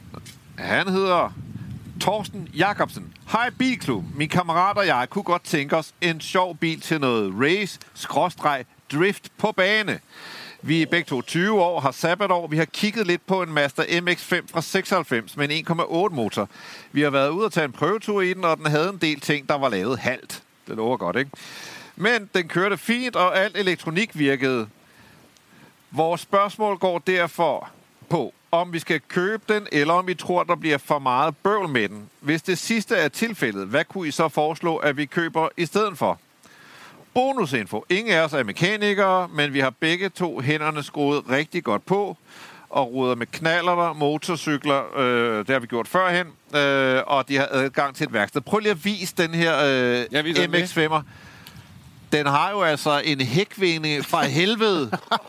Han hedder Torsten Jacobsen. Hej Bilklub. Min kammerat og jeg kunne godt tænke os en sjov bil til noget race, skråstreg, drift på bane. Vi er begge to tyve år, har sabbatår. Vi har kigget lidt på en Mazda M X fem fra seksoghalvfems med en en komma otte motor. Vi har været ude og tage en prøvetur i den, og den havde en del ting, der var lavet halvt. Det lover godt, ikke? Men den kørte fint, og alt elektronik virkede. Vores spørgsmål går derfor på, om vi skal købe den, eller om vi tror, der bliver for meget bøvl med den. Hvis det sidste er tilfældet, hvad kunne I så foreslå, at vi køber i stedet for? Bonusinfo. Ingen af os er mekanikere, men vi har begge to hænderne skruet rigtig godt på, og ruder med knallerter, motorcykler, øh, det har vi gjort førhen, øh, og de har adgang til et værksted. Prøv lige at vise den her
Jeg viser
øh,
den
M X fem'er. Den har jo altså en hækvinde fra helvede.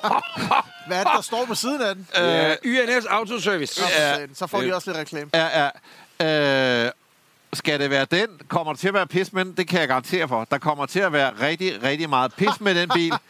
Hvad er det, der står på siden af den?
Øh, Y N S Autoservice.
Ja. Så får de også lidt reklame.
Ja, ja. Øh, skal det være den? Kommer der til at være pis med den? Det kan jeg garantere for. Der kommer til at være rigtig, rigtig meget pis med den bil.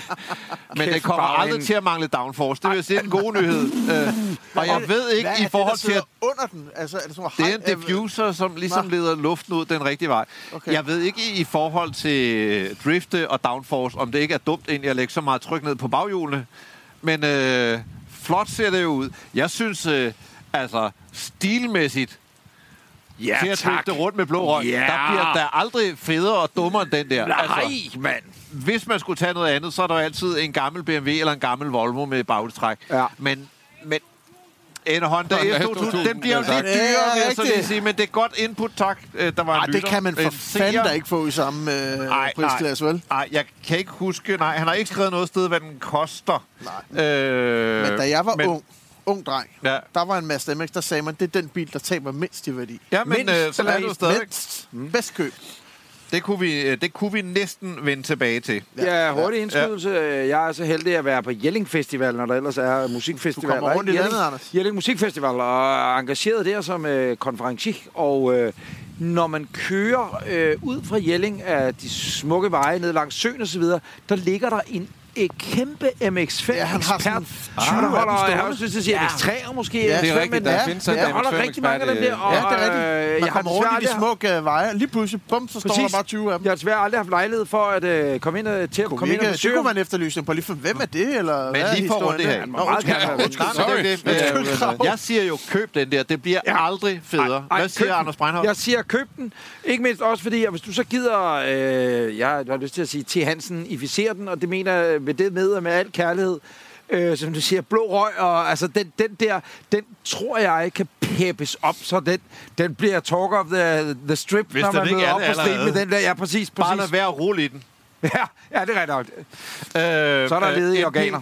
Men det kommer
bare
aldrig
en-
til at mangle downforce. Det vil sige en god nyhed. Øh, og jeg ved ikke
Hvad er
i
det,
forhold
der
til, at
sidder under den? Altså, er det sådan
det er en diffuser, som ligesom leder luften ud den rigtige vej.
Okay.
Jeg ved ikke i forhold til drifte og downforce, om det ikke er dumt egentlig at lægge så meget tryk ned på baghjulene. Men øh, flot ser det jo ud. Jeg synes, øh, altså stilmæssigt,
Ja,
til at
tak.
drifte rundt med blå røg,
Ja.
der bliver der aldrig federe og dummere end den der.
Nej, mand.
Hvis man skulle tage noget andet, så er der jo altid en gammel B M W eller en gammel Volvo med bagtræk.
Ja.
Men, men en Honda
Honda
S to tusind,
S to
den bliver jo
tusind,
lidt
tak.
dyrere,
Ja,
vil jeg så
rigtigt.
lige sige. Men det er godt input, tak. Øh, Der var en
Ej, det
lytter,
kan man for
en
fanden
seer.
da ikke få i samme øh,
Ej,
prisklasse, vel?
Nej, jeg kan ikke huske. Nej, han har ikke skrevet noget sted, hvad den koster.
Nej.
Øh,
Men da jeg var
men,
ung, ung dreng,
Ja.
der var en Mazda M X, der sagde man, det er den bil, der taber mindst i værdi.
Ja, men
mindst,
øh, så er det jo stadig.
mindst. Mm. Bedst køb.
Det kunne, vi, det kunne vi næsten vende tilbage til.
Ja, hurtig indskydelse. Ja. Jeg er så heldig at være på Jelling Festival, når der ellers er musikfestival.
Du kommer rundt i landet, Anders.
Jelling Musikfestival, og er engageret der som øh, konferencier. Og øh, når man kører øh, ud fra Jelling af de smukke veje ned langs søen og så videre, der ligger der en et kæmpe M X fem
ja, han har
ekspert.
sådan
Ah, holder, jeg har også lyst til at sige, ja. M X tre'er måske.
Ja,
det er rigtigt, der findes sådan en
der holder rigtig mange af dem der. Og,
ja, det er rigtigt. Man
jeg
kommer rundt i de smukke veje, lige pludselig, bum, så står
Præcis.
der bare tyve af dem.
Jeg har desværre aldrig haft lejlighed for at øh, komme ind og, til at
Kunne
komme ind og
ikke,
besøge.
det kunne man efterlyse på lige for, hvem er det, eller
Men
hvad er
lige for rundt det
historien
her.
der?
Nå, meget gerne.
Ja,
Undskyld.
Sorry. Jeg siger jo, køb den der. Det bliver
Ja.
aldrig federe.
Ej,
Hvad siger
køb den.
Anders Breinholt?
Jeg siger, køb den. Ikke mindst også fordi, at hvis du så gider, øh, jeg har lyst til at sige, T. Hansen-ificere den, og det mener jeg ved det med, med al kærlighed, øh, som du siger, blå røg, og altså den, den der, den tror jeg kan peppes op, så den, den bliver talk of the, the strip,
Hvis
når
den
man
ikke
møder
er
op
det
på sten
allerede.
med den der. Ja, præcis,
Bare lad
præcis.
være at rulle i den.
Ja, ja, det er rigtigt nok.
Øh,
Så er der ledige
øh,
organer.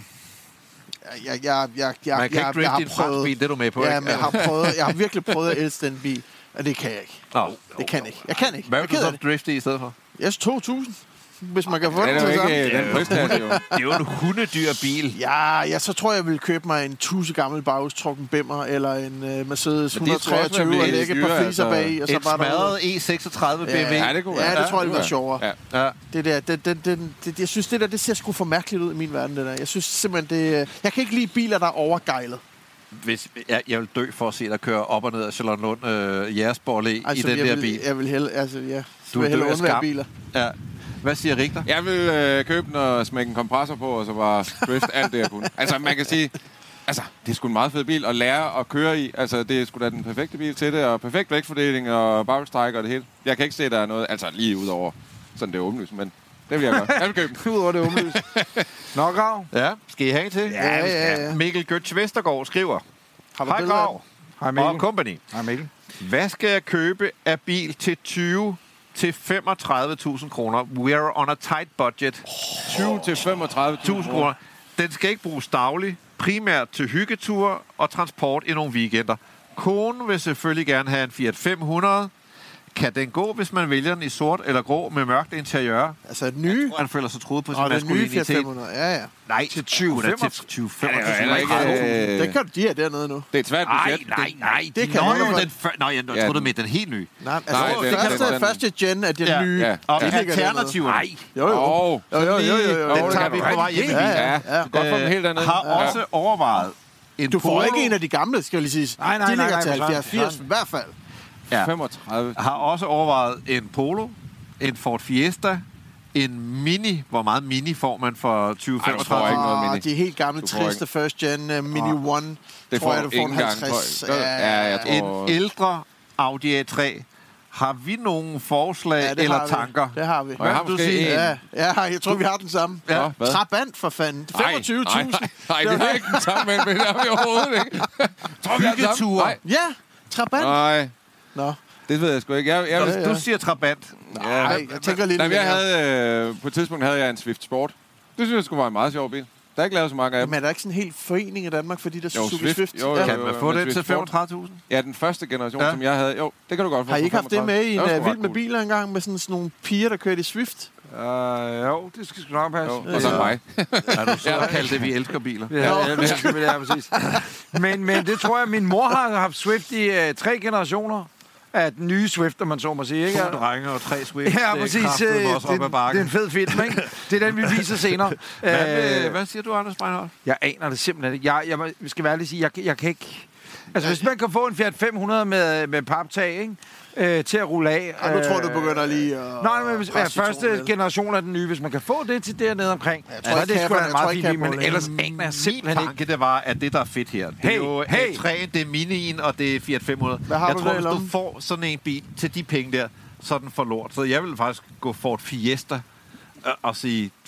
Jeg, jeg, jeg, jeg,
Man kan
jeg,
ikke
jeg har
drifte din
prøvet,
bil, det er du med på,
ja,
ikke?
men jeg har, prøvet, jeg har virkelig prøvet at elske den bil, og det kan jeg ikke.
Nå.
Det kan jeg ikke. Jeg kan ikke.
Hvad
Jeg
vil du
keder
så
det.
drifte i stedet for?
Jeg to tusind, hvis man kan få
Det
den
er
til
jo
sammen.
ikke den prisklasse, jo.
Det er jo en hundedyr bil.
Ja, ja, så tror jeg, jeg vil købe mig en tusse gammel baghjulstrukken Bimmer, eller en uh, Mercedes
Men de skulle også
et hundrede treogtyve og
være
lægge et par
dyre,
fliser
altså.
bag, og så
Et
bare
smadret E seksogtredive B M W.
Ja,
Ja, det kunne
Ja,
være.
det tror jeg, det var sjovere.
Ja.
Ja.
Det der, den, den, den, det, jeg synes, det der, det ser sgu for mærkeligt ud i min verden, det der. Jeg synes simpelthen, det... Jeg kan ikke lide biler, der er overgejlet.
Hvis, jeg, jeg vil dø for at se dig køre op og ned af Charlottenlund øh, Jægersborg Allé
Altså,
i den
jeg
der
vil,
bil.
Jeg vil hellere, altså, ja,
Du
du vil
vil
hellere
dø af
undvære
skam.
biler.
Ja. Hvad siger Richter?
Jeg vil øh, købe den og smække en kompressor på, og så bare drift alt det, jeg kunne. Altså, man kan sige, altså, det er sgu en meget fed bil at lære at køre i. Altså, det er sgu da den perfekte bil til det, og perfekt vægtfordeling og baghjulstræk og det hele. Jeg kan ikke se, at der er noget, altså lige ud over sådan det er åbenlyst, men det vil jeg godt. Jeg vil købe den.
Udover det åbenlyst. Nå, Grav.
Ja, skal I have til?
Ja, ja, ja.
Mikkel Götz Vestergaard skriver.
Har du
Hej
billeder af
Grav
Hej,
og
Mikkel.
company.
Hej, Mikkel.
Hvad skal jeg købe af bil til tyve til femogtredive tusind kroner? We are on a tight budget.
tyve til femogtredive
tusind kroner. Den skal ikke bruges dagligt. Primært til hyggeture og transport i nogle weekender. Konen vil selvfølgelig gerne have en Fiat fem hundrede. Kan den gå, hvis man vælger den i sort eller grå med mørkt interiør?
Altså, et nye...
Han føler sig troet på sin
Og den nye Fiat
maskulinitet.
fem hundrede, ja, ja.
Nej,
Til tyve
til
femogtredive.
tyve
Ja, det er jo heller
femogtredive.
ikke, øh,
Den kan du, de er dernede nu.
Det er et svært
Nej,
budget.
nej, nej.
Det kan
Nå,
man
jo,
godt.
den før... Nå, jeg
Ja,
troede
den-
med den helt nye.
Nej, altså,
Nej,
Nej,
den-
første,
den- den-
første gen af den
Ja,
nye.
ja.
Og
de ligger
alternativerne.
dernede. Jo, jo.
Åh,
Jo, jo, jo, jo, jo.
Åh,
Den
det
tager
kan
vi
du
på vej hjem i
rigtig
bilen.
Ja,
Ja,
ja. Godt få dem helt dernede.
Har
Ja.
også overvejet en
Du får
Polo.
ikke en af de gamle, skal jeg lige sige.
Nej, nej,
de
nej,
ligger
nej,
til
for
halvfjerds firs
søren.
i hvert fald.
Ja.
femogtredive.
Har også overvejet en Polo, en Ford Fiesta, en Mini. Hvor meget Mini får man for tyve
Ej, du får
femogtredive?
ikke noget
Og
Mini.
de helt gamle,
Du får ikke.
triste first gen uh, Mini One.
Det
tror
får
jeg,
du
du får en
ikke engang,
halvtreds.
tror jeg. Ja, jeg tror-
En ældre Audi A tre. Har vi nogle forslag
Ja, det
eller
har vi.
tanker?
Det har vi.
Og jeg har
Hvad vil du
måske
sige?
en.
Ja, ja, jeg tror, vi har den samme.
Ja,
Ja.
hvad?
Trabant for fanden.
Nej,
femogtyve
Nej,
tusind.
nej, nej, det er ikke den samme, men det har vi overhovedet ikke. Tror vi har den samme?
Hyggeture.
Nej.
Ja, Trabant.
Nej,
Nå,
det ved jeg sgu ikke. Jeg, jeg,
Ja,
vil,
ja.
Du siger Trabant.
nej, jeg tænker lidt
Nej, men jeg
længere.
havde, øh, på et tidspunkt havde jeg en Swift Sport. Det synes jeg skulle være en meget sjov bil. Der er ikke lavet så mange af dem.
Men er der ikke sådan en hel forening i Danmark, fordi der er
Jo,
Suzuki
Swift.
Swift?
Jo, jo,
Ja.
Kan man få
men
den
Swift
til
Sport.
femogtredive tusind?
Ja, den første generation,
Ja.
som jeg havde. Jo, det kan du godt få.
Har I
for
ikke haft det med i en
femogtredive. Det
uh,
var
vild
sgu
med
ret
biler engang, med sådan, sådan nogle piger, der kørte i Swift?
Uh, jo, det skal sgu nok passe.
cool. Jo, og så
Ja.
mig.
Er du så kaldt det, vi elsker biler?
Ja, ja, det skal vi lære, præcis. Men, men det tror jeg, min mor har haft Swift i uh, tre generationer af den nye Swift, om man så må sige. Ikke?
To drenge og tre Swift.
Ja, præcis.
Det er
Øh,
også op ad
det, det
bakken.
er en fed film, ikke? Det er den, vi viser senere.
Hvad,
Øh,
øh, hvad siger du, Anders Breinholt?
Jeg aner det simpelthen ikke. Jeg, jeg må- skal være ærlig at sige, jeg, jeg kan ikke... Altså, hvis man kan få en Fiat fem hundrede med, med paptag, ikke? Øh, til at rulle af...
Og nu tror du
øh,
begynder lige at...
Nej, men hvis, ja,
presse
første
citronen, vel?
generation af den nye, hvis man kan få det til dernede omkring,
Jeg
så
tror
er
ikke,
det sgu da
jeg
en
tror
meget
ikke,
fin bil,
jeg
men
måler
ellers
ind.
aner jeg
Min
simpelthen ikke.
tanke, det var, at det, der er fedt her, det er
Hey,
jo
hey.
A tre'en, det er Mini'en, og det er Fiat fem hundrede.
Hvad har
jeg
du
tror,
der i
hvis du
lommen?
får sådan en bil til de penge der, så er den for lort. Så jeg vil faktisk gå Ford Fiesta øh, og sige,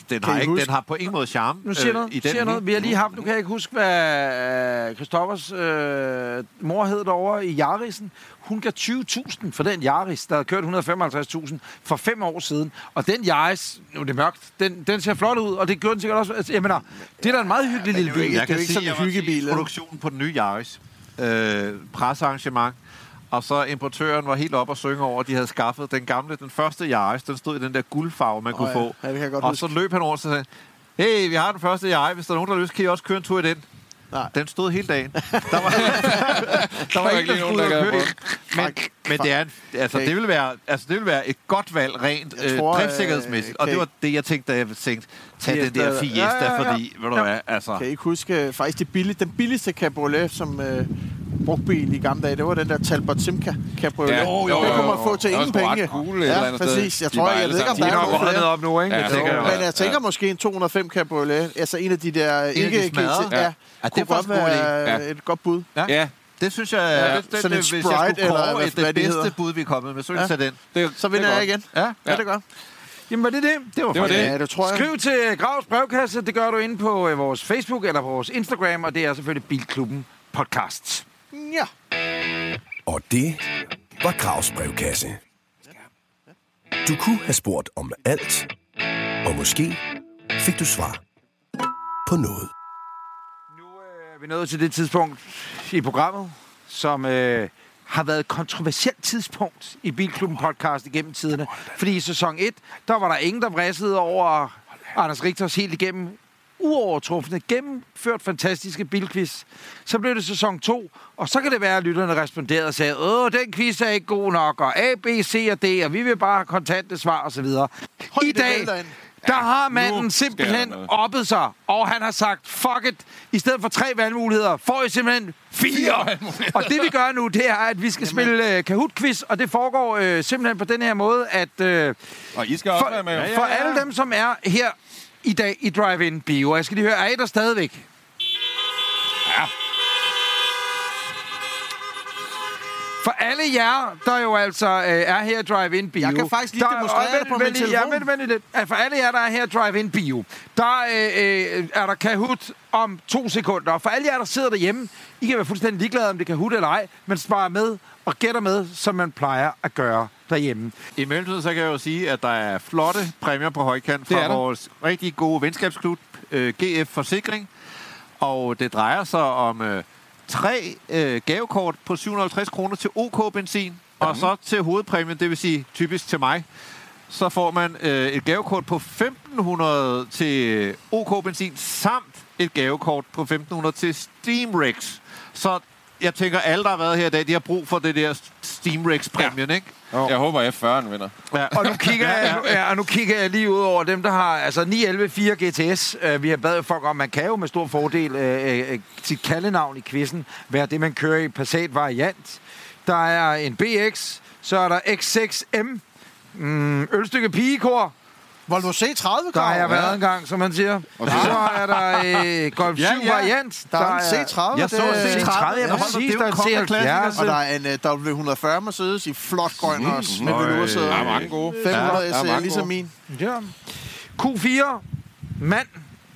den,
Kan
har
I
ikke,
huske-
den har på ingen måde charme.
Nu siger
øh,
noget,
i den
siger noget. Vi har lige haft, nu kan jeg ikke huske, hvad Christoffers øh, mor hed derovre i Jarisen. Hun gav tyve tusind for den Yaris, der havde kørt et hundrede og femoghalvtreds tusind for fem år siden. Og den Yaris, nu er det mørkt, den, den ser flot ud, og det gør den sikkert også. Altså, jeg mener, det er da en meget hyggelig lille bil.
ikke-
Jeg
det er
kan
jo ikke
sige,
sådan en
jeg var
hyggebil,
til
eller?
produktionen på den nye Yaris. Øh, pressearrangement. Og så importøren var helt op og synge over, at de havde skaffet den gamle, den første Yaris. Den stod i den der guldfarve, man kunne
ja.
få.
Ja, det kan jeg godt
og
huske.
så løb han over og så sagde, hey, vi har den første Yaris. Hvis der er nogen, der har lyst, kan I også køre en tur i den.
Nej.
Den stod hele dagen. Der var, der var
ikke
ikke
lige nogen,
nogen,
der
der
gad
køre men, men det er en, altså, det vil være, altså, det vil være et godt valg rent
Jeg
øh,
tror,
driftssikkerhedsmæssigt.
øh,
Og det
kan
var det, jeg tænkte, da jeg tænkte, tag den der
Fiesta.
Fiesta,
Ja, ja, ja.
fordi, ved du
Ja.
hvad, altså...
Kan I ikke huske, faktisk det billige, den billigste cabriolet, som øh, brugtbil i gamle dage, det var den der Talbot Simca cabriolet.
Ja.
Jo, jo,
Jo,
det
jo,
kunne man
jo.
få til
Det var
ingen
sgu ret
penge.
cool et eller
Ja,
andet sted.
præcis. Jeg
De
tror,
var
jeg
alle
ved ikke, om
sammen-
der
De
er
er nok
nogen
røget
flere.
op nu, ikke?
Ja,
Det
det
tænker
kan
jeg.
jeg.
Men jeg tænker
Ja.
måske en to hundrede og fem cabriolet, altså en af de der ikke
de smadrede?
G T, ja,
Ja, det
kunne
er
godt
faktisk en god
være
idé. Ja.
et godt bud.
Ja,
Det synes jeg,
Ja,
ja, det, det,
sådan en
det, hvis
Sprite,
jeg skulle
eller
kåre
hvad-
et
hvad
det
det
bedste
hedder.
bud, vi er kommet med, så ville
Ja.
jeg tage den.
Så vinder
Det er
jeg igen.
Ja,
Ja, det er godt.
Jamen, var det det?
det var
Det var
faktisk-
det.
Ja, det tror jeg.
Skriv til Gravs brevkasse. Det gør du inde på øh, vores Facebook eller på vores Instagram, og det er selvfølgelig Bilklubben Podcast.
Ja.
Og det var Gravs brevkasse. Du kunne have spurgt om alt, og måske fik du svar på noget.
Nu øh, er vi nået til det tidspunkt i programmet, som øh, har været et kontroversielt tidspunkt i Bilklubben Podcast igennem tiderne. Fordi i sæson et, der var der ingen, der vrissede over Anders Richters helt igennem uovertrufne, gennemført fantastiske bilquiz. Så blev det sæson to, og så kan det være, at lytterne responderede og sagde, åh, den quiz er ikke god nok, og A, B, C og D, og vi vil bare have kontante svar osv. I
det
dag,
vælter ind.
der har
nu
manden
sker
simpelthen
der noget.
oppet sig, og han har sagt, fuck it, i stedet for tre valgmuligheder, får I simpelthen fire. Og det vi gør nu, det er, at vi skal spille uh, Kahoot-quiz, og det foregår uh, simpelthen på den her måde, at uh,
Og I skal også være
for,
med.
ja, ja, ja. for alle dem, som er her i dag i Drive-In Bio, og jeg skal lige høre, er I der stadigvæk? Ja. For alle jer, der jo altså øh, er her i Drive-In Bio...
Jeg kan faktisk lige
der,
demonstrere
og
det på
vent,
min
vent, ja,
telefon.
vent, vent, lidt. Ja, for alle jer, der er her i Drive-In Bio, der øh, øh, er der Kahoot om to sekunder. Og for alle jer, der sidder derhjemme, I kan være fuldstændig ligeglade, om det er Kahoot eller ej, men sparer med og gætter med, som man plejer at gøre derhjemme.
I mellemtiden så kan jeg jo sige, at der er flotte præmier på højkant
Det er
fra
der.
vores rigtig gode venskabsklub, øh, G F Forsikring. Og det drejer sig om øh, tre øh, gavekort på syv hundrede og halvtreds kroner til OK Benzin. Og så til hovedpræmien, det vil sige typisk til mig, så får man øh, et gavekort på femten hundrede til OK Benzin, samt et gavekort på femten hundrede til Steamrex. Så jeg tænker, alle, der har været her i dag, de har brug for det der Steamrex-præmien, ikke?
Jeg håber, F fyrre'en vinder.
Ja.
Og nu kigger jeg, ja, og nu kigger jeg lige ud over dem, der har altså ni elleve fire G T S. Uh, vi har badet folk om, man kan jo med stor fordel uh, uh, sit kaldenavn i quizzen være det, man kører i Passat-variant. Der er en B X, så er der X seks M, mm, ølstykke pigekor.
Volvo C tredive,
Der har
Grav.
jeg været en gang, som man siger. Og så er der uh, Golf
Ja,
syv
ja.
variant.
Der er en C tredive.
Jeg så
det-
C
C tredive, ja,
Hold da,
præcis.
det er jo
Der er en C
kongeklassiker.
halvfjerds.
Og der er en uh, W et hundrede og fyrre Mercedes i flot grøn også, med velursæder.
Der er mange gode.
fem hundrede
Ja, der er
S,
mange
ligesom
gode.
min.
Ja. Q fire, mand.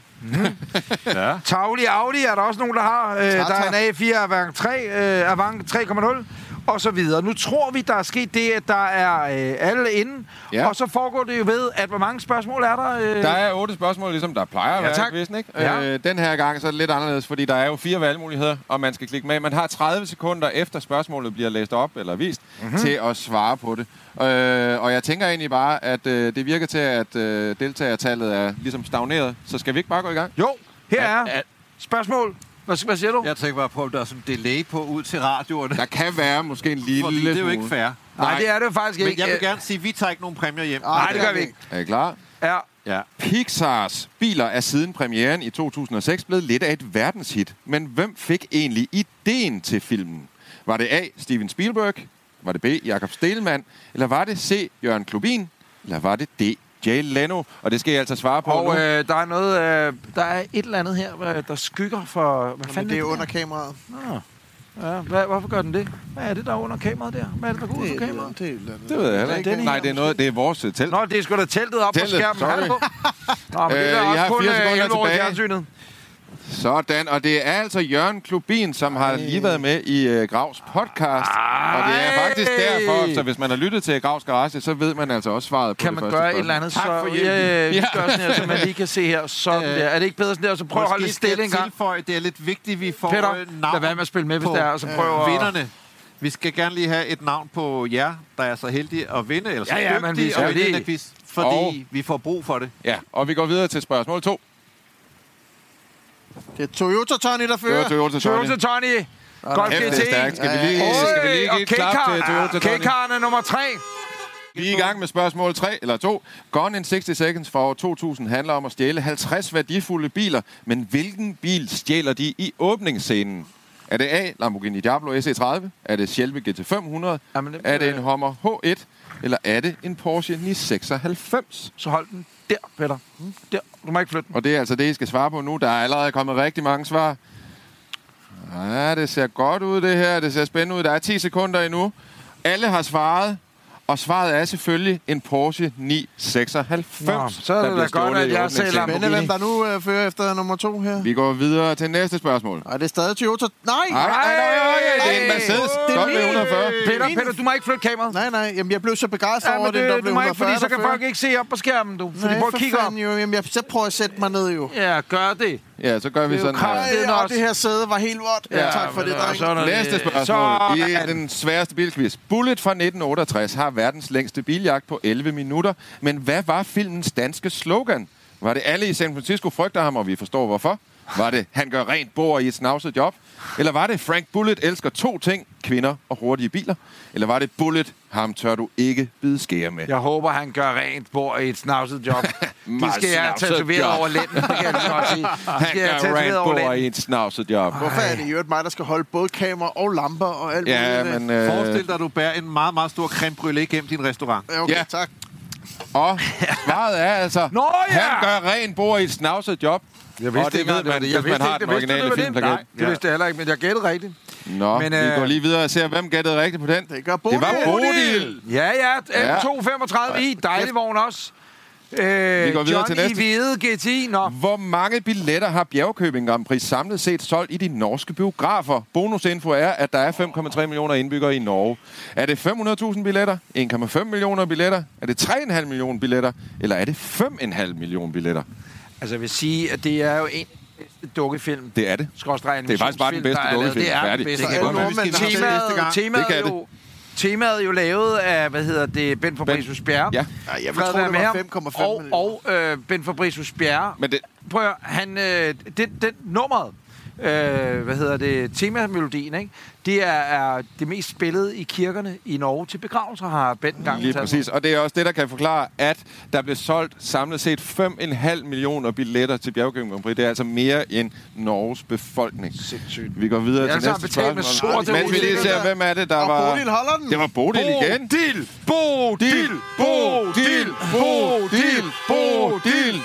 Ja.
Tavli Audi er der også nogen, der har. Øh, der er en A fire Avant tre, øh, Avant tre komma nul og så videre. Nu tror vi, der er sket det, at der er øh, alle inde,
Ja.
og så foregår det jo ved, at hvor mange spørgsmål er der? Øh?
Der er otte spørgsmål, ligesom der plejer at
Ja,
være
tak.
i quizzen, ikke?
Ja.
Øh, den her gang så er det lidt anderledes, fordi der er jo fire valgmuligheder, og man skal klikke med. Man har tredive sekunder efter spørgsmålet bliver læst op eller vist, mm-hmm. til at svare på det. Øh, og jeg tænker egentlig bare, at øh, det virker til, at øh, deltagertallet er ligesom stagneret. Så skal vi ikke bare gå i gang?
Jo, her
Ja,
er
ja.
spørgsmål. Hvad, hvad siger du?
Jeg tænker bare på, om der er sådan en delay på ud til radioerne.
Der kan være måske en lille
Fordi det er jo
smule.
ikke fair.
Nej, det er det jo faktisk
Men
ikke.
jeg vil gerne sige, at vi tager ikke nogen præmier hjem.
Nej, det gør vi ikke.
Er I klar?
Ja.
Ja.
Pixars biler er siden premieren i to tusind og seks blevet lidt af et verdenshit. Men hvem fik egentlig ideen til filmen? Var det A. Steven Spielberg? Var det B. Jakob Stelman? Eller var det C. Jørgen Klubin? Eller var det D. Jay Leno? Og det skal jeg altså svare på
Og
nu.
øh, der er noget, øh, der er et eller andet her, øh, der skygger for... Hvad
Men
fanden
det er
det
under kameraet.
Nå. Ja, hvad, hvorfor gør den det? Hvad er det, der er under kameraet der? Hvad er det, der går ud for kameraet?
Det,
Det ved jeg heller ikke.
Den
Nej,
her,
det er, noget, det er vores uh, telt.
Nå, det er sgu da teltet op
Teltet,
på skærmen.
sorry.
Er det på? Nå, men det er
Øh,
da
I har
også kun
fire
øh,
sekunder
elleve år i
tilbage.
fjernsynet.
Sådan, og det er altså Jørgen Klubin, som har lige været med i uh, Gravs podcast. Og det er faktisk derfor, så hvis man har lyttet til Gravs Garage, så ved man altså også svaret på
Kan
det
man
første
gøre et
spørgsmål.
eller andet,
Tak
så
for hjælpen.
ja, vi
Ja.
gør sådan her, så man lige kan se her. Sådan
Øh,
der. Er det ikke bedre sådan der? Så prøv at holde lidt stille en gang.
Tilføje, det er lidt vigtigt, vi får
Peter,
øh, navn
lad være med at spille med, hvis
på,
det er, og så prøv at...
vinderne. Vi skal gerne lige have et navn på jer, der er så heldige at vinde, eller så
Ja, ja, men vi
dygtige
skal
at vinde
lige-
den quiz, fordi
Og-
vi får brug for det.
Ja, og vi går videre til spørgsmål to.
Det er Toyota Tony, der
Det var
fører.
Toyota Tony.
Toyota Tony. Golf
Kæft,
G T.
det er stærkt. Skal vi lige, skal vi lige give et klap til Toyota Tony?
K-karen er nummer tre.
Vi er i gang med spørgsmål tre eller to. Gone in sixty Seconds fra år to tusind handler om at stjæle halvtreds værdifulde biler. Men hvilken bil stjæler de i åbningsscenen? Er det A, Lamborghini Diablo S E tredive? Er det Shelby G T fem hundrede?
Jamen, det-
Er det en Hummer H et? Eller er det en Porsche ni seksoghalvfems?
Så hold den der, Peter. Hmm, Der. Du må ikke flytte den.
Og det er altså det, I skal svare på nu. Der er allerede kommet rigtig mange svar. Ja, det ser godt ud, det her. Det ser spændende ud. Der er ti sekunder endnu. Alle har svaret. Og svaret er selvfølgelig en Porsche ni seksoghalvfems.
Nå, så er det
der
da
bliver
godt,
stjålet
at
i
jeg selv
åbningsscenen.
Spændende, hvem der nu øh, fører efter nummer to her.
Vi går videre til næste spørgsmål.
Nej, det er stadig Toyota. Nej!
Nej, nej, nej, nej, det er en Mercedes.
Det er
Godt med
min.
et hundrede og fyrre.
Peter, Peter, du må ikke flytte kameraet.
Nej, nej. Jamen, jeg blev så begejstret
Ja,
over
men
den, der
det,
blev
du må ikke, fordi så
der
kan
fører.
folk ikke se op på skærmen, du. Fordi
Nej,
prøv
for
at kigge op.
fanden jo. Jamen, jeg, så prøver jeg at sætte mig ned jo.
Ja, gør det.
Ja, så gør vi
Det er jo
sådan
kraft-
her.
Det er
Ej, og
også-
det her sæde var helt vådt. Ja, tak for
men
det,
altså,
dreng.
sådan er det.
Næste spørgsmål
Så
i
er
den sværeste bilquiz. Bullet fra nitten otteogtres har verdens længste biljagt på elleve minutter. Men hvad var filmens danske slogan? Var det alle i San Francisco frygter ham, og vi forstår hvorfor? Var det han gør rent bord i et snavset job? Eller var det Frank Bullet elsker to ting, kvinder og hurtige biler? Eller var det Bullet, ham tør du ikke bide skære med?
Jeg håber, han gør rent bord i et snavset job. Det
Meget
skal jeg
snavset
tatovere
job.
over lænden, det kan jeg lige godt sige. Det
Han
skal jeg
gør
tatovere
rent
over
bord
lænden.
i et snavset job.
Hvorfor er det i øvrigt mig, der skal holde både kamera og lamper og alt
Ja,
muligt?
men... Øh,
Forestil dig, at du bærer en meget, meget stor creme brûlée gennem din restaurant.
Ja, okay,
Ja.
tak.
Og svaret er altså...
Nå ja!
Han gør rent bord i et snavset job.
Jeg
Og det ved man, hvis man har den originale filmplakat.
Nej, det vidste jeg heller ikke, men jeg gættede rigtigt.
Nå,
Men,
men, vi
øh,
går lige videre og ser, hvem gættede rigtigt på den.
Det gør
Det
Bodil.
var Bodil.
Ja, ja.
Ja.
M to femogtredive i. Dejlig vogn også. Øh,
Vi går videre
John
til næste.
i hvide G T I. Nå.
Hvor mange billetter har Bjergkøbing Grand Prix samlet set solgt i de norske biografer? Bonusinfo er, at der er fem komma tre millioner indbyggere i Norge. Er det fem hundrede tusind billetter? en komma fem millioner billetter? Er det tre komma fem millioner billetter? Eller er det fem komma fem millioner billetter?
Altså, jeg vil sige, at det er jo en bedste dukkefilm.
Det er det.
Skråstreg
Det er faktisk bare den bedste
der er lavet.
dukkefilm.
Det er den
Færdig.
bedste.
Det
kan godt være, vi
skal diskutere
Temaet,
næste gang.
temaet,
Det kan
jo, temaet er jo lavet af, hvad hedder det, Ben Fabricius Bjerre.
Ja.
Ja, jeg vil
Fred
tro,
være
det
med
var
ham.
fem komma fem
Og, og øh, Ben Fabricius Bjerre.
Men det,
Prøv at høre, han, øh, den, den nummeret, øh, hvad hedder det, temamelodien, ikke? Det er, er det mest spillede i kirkerne i Norge til begravelser, har Ben engang
lige
fortalt
præcis. Og det er også det, der kan forklare, at der blev solgt samlet set fem komma fem millioner billetter til Bjergkøbing Grand Prix. Det er altså mere end Norges befolkning.
Sindssygt.
Vi går videre
Jeg
til
har
næste
betalt med
spørgsmål.
sort til
Mens vi lige
Bodil.
ser, hvem er det, der
Og
var...
Bodil holder den.
Det var Bodil igen.
Bodil! Bodil!
Bodil! Bodil! Bodil!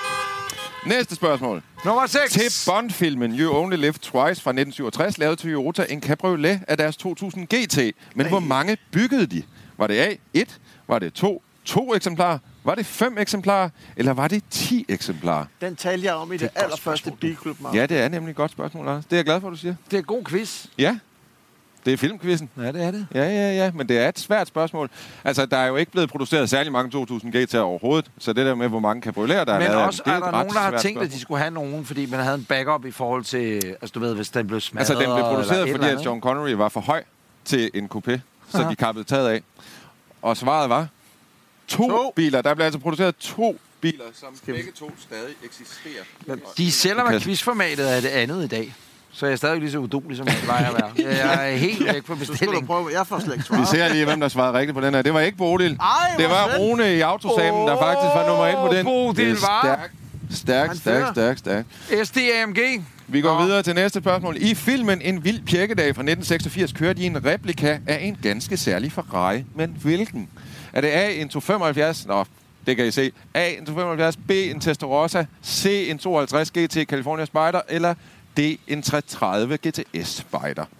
Næste spørgsmål.
Nummer seks.
Til Bond-filmen You Only Live Twice fra nitten syvogtres lavede Toyota en cabriolet af deres to tusind G T. Men hvor mange byggede de? Var det A, et? Var det to, to eksemplarer? Var det fem eksemplarer? Eller var det ti eksemplarer?
Den talte jeg om i det,
et godt
allerførste
spørgsmål.
bilklub.
Ja, det er nemlig et godt spørgsmål, Lars. Det er jeg glad for, du siger.
Det er en god quiz.
Ja, det er filmquizzen.
Ja, det er det.
Ja, ja, ja, men det er et svært spørgsmål. Altså, der er jo ikke blevet produceret særlig mange to tusind G T'er overhovedet, så det der med, hvor mange cabrioleter der
Men
er lavet,
også
det
er
et
der
ret
nogen, der har
svært
tænkt, at de
spørgsmål.
skulle have nogen, fordi man havde en backup i forhold til, altså du ved, hvis den blev smadret.
Altså, den blev produceret,
eller et
fordi
eller
at Sean Connery var for høj til en coupé, så
Aha.
de kappede taget af. Og svaret var to,
To.
biler. Der blev altså produceret to biler, som begge to stadig eksisterer.
De sælger mig quizformatet af det andet i dag. Så jeg er stadig lige så udulig, som jeg plejer at være. Jeg er helt væk på
Så skal du
bestilling.
prøve. Jeg får slet ikke
Vi
svaret.
ser lige, hvem der svarede rigtigt på den her. Det var ikke Bodil.
Ej,
Det
hvor
var
fedt.
Rune i autosamen, der faktisk var nummer et på den.
Bodil
Det er
var.
stærkt, stærkt,
Han
stærkt,
fører.
stærkt, stærkt.
S D A M G.
Vi går
Nå.
videre til næste spørgsmål. I filmen En vild pjekkedag fra nitten seksogfirs kører de en replika af en ganske særlig Ferrari. Men hvilken? Er det A, en to femoghalvfjerds? Nå, det kan I se. A, en to femoghalvfjerds. B, en Testarossa. C, en tooghalvtreds G T California Spider. Eller D, en tre tredive G T S Spider.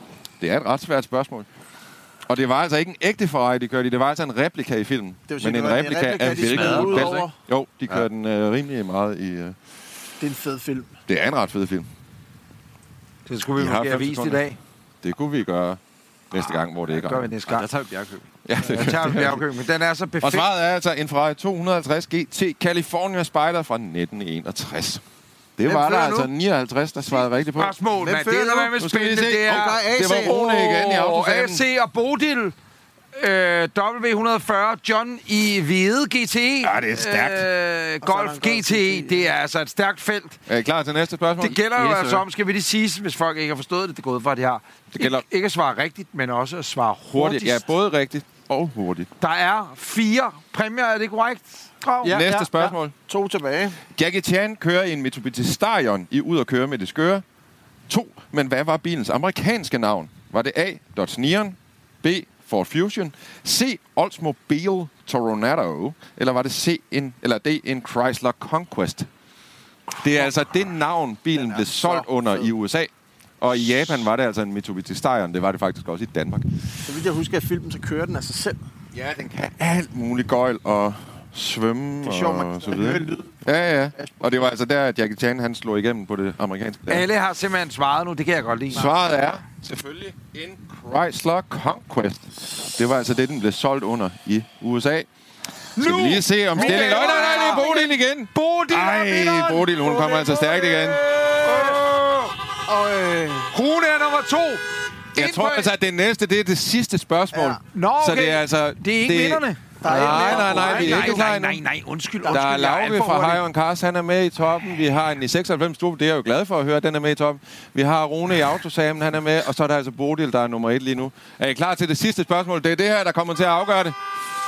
Det er et ret svært spørgsmål. Og det var altså ikke en ægte Ferrari, de kørte i. Det var altså en replika i filmen.
Det sige,
men en
det
replika,
en replika
af hvilken model? Jo, de kørte ja. den øh, rimelig meget i... Øh...
Det er en fed film.
Det er en ret fed film.
Det skulle vi måske have vist i dag.
Det kunne vi gøre næste gang, hvor det ikke er.
Det gør vi næste gang.
Der tager vi Bjergkøb.
Ja, det
der tager vi Bjergkøb, men den er så perfekt.
Og svaret er altså en Ferrari to hundrede og halvtreds G T California Spider fra nitten enogtres. Det
Hvem
var der
fører
altså
nu?
nioghalvtreds, der svarede rigtigt på.
Spørgsmål,
Hvem
mand.
fører
Det er
nu?
der med
Nu skal vi
spændende.
se.
Det er
Okay,
Det var Rune igen i
A
autosamen.
C og Bodil. Øh, W et hundrede og fyrre John i hvide G T E.
Ja, det er stærkt.
Øh, Golf
Og så er der en
G T E. Det er altså et stærkt felt.
Er I klar til næste spørgsmål?
Det gælder jo
Yes,
altså
sir.
om, skal vi lige sige, hvis folk ikke har forstået det, det er gået fra, de har.
Det gælder-
Ikke, ikke at svare rigtigt, men også at svare
Hurtigt.
hurtigt.
Ja, både rigtigt og hurtigt.
Der er fire præmier, er det korrekt? Grav?
Ja.
Næste spørgsmål.
To tilbage.
Jackie Chan kører i en Mitsubishi Starion i Ud at køre med det skøre. To. Men hvad var bilens amerikanske navn? Var det A. Dodge Neon, B. Ford Fusion, C. Oldsmobile Toronado, eller var det C. En, eller D. En Chrysler Conquest? Det er altså det navn, bilen blev solgt under i U S A. Og i Japan var det altså en Mitsubishi Starion. Det var det faktisk også i Danmark.
Så vidt jeg husker, at filmen, så kører den af sig selv.
Ja, den kan alt muligt gøjl og svømme
Det er sjovt, man
og så
kan
videre.
høre lyd.
Ja, ja. Og det var altså der, at Jackie Chan han slog igennem på det amerikanske land.
Alle har simpelthen svaret nu, det kan jeg godt lide.
Svaret er selvfølgelig en Chrysler Conquest. Det var altså det, den blev solgt under i U S A. Skal vi lige se om stillingen... Nej, nej, nej, det er Bodil igen!
Bodil
Ej, Bodil, hun kommer altså stærkt igen.
Rune er nummer to.
Jeg tror altså, at det næste, det er det sidste spørgsmål.
Ja.
Nå, okay.
Så det er altså...
Det er ikke vinderne.
Nej, nej, nej, vi er
nej,
ikke
nej,
klar
nej,
endnu.
nej, undskyld.
Der
undskyld,
er
jeg alt
Lauke
for
fra
hurtig.
Highland Cars, han er med i toppen. Vi har en i seksoghalvfems Stube, det er jeg jo glad for at høre, den er med i toppen. Vi har Rune i Autosamen, han er med, og så er der altså Bodil, der er nummer et lige nu. Er I klar til det sidste spørgsmål? Det er det her, der kommer til at afgøre det.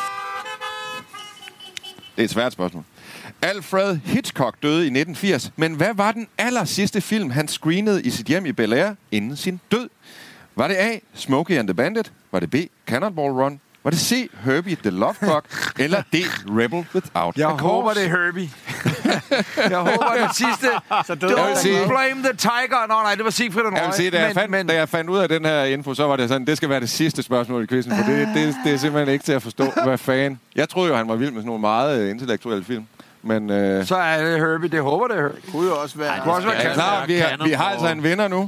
Det er et svært spørgsmål. Alfred Hitchcock døde i nitten firs, men hvad var den aller sidste film, han screenede i sit hjem i Bel Air inden sin død? Var det A. Smokey and the Bandit? Var det B. Cannonball Run? Var det C. Herbie the Love Bug? Eller D. Rebel Without
Jeg
a
håber,
Cause?
det er Herbie. Jeg håber, det sidste.
Så døde
Jeg vil
Don't
sige-
blame the tiger. Nå, nej, det var Siegfried og Roy.
Jeg vil sige, da jeg, fandt,
men,
da jeg fandt ud af den her info, så var det sådan, det skal være det sidste spørgsmål i quizzen, for det, det, det er simpelthen ikke til at forstå. Hvad fanden? Jeg troede jo, han var vild med sådan nogle meget øh, intellektuelle film. Men øh,
så er det Herbie. Det håber, det er Herbie.
Det kunne jo også være...
Det kunne også være
er I klar? Vi har, vi har altså en vinder nu.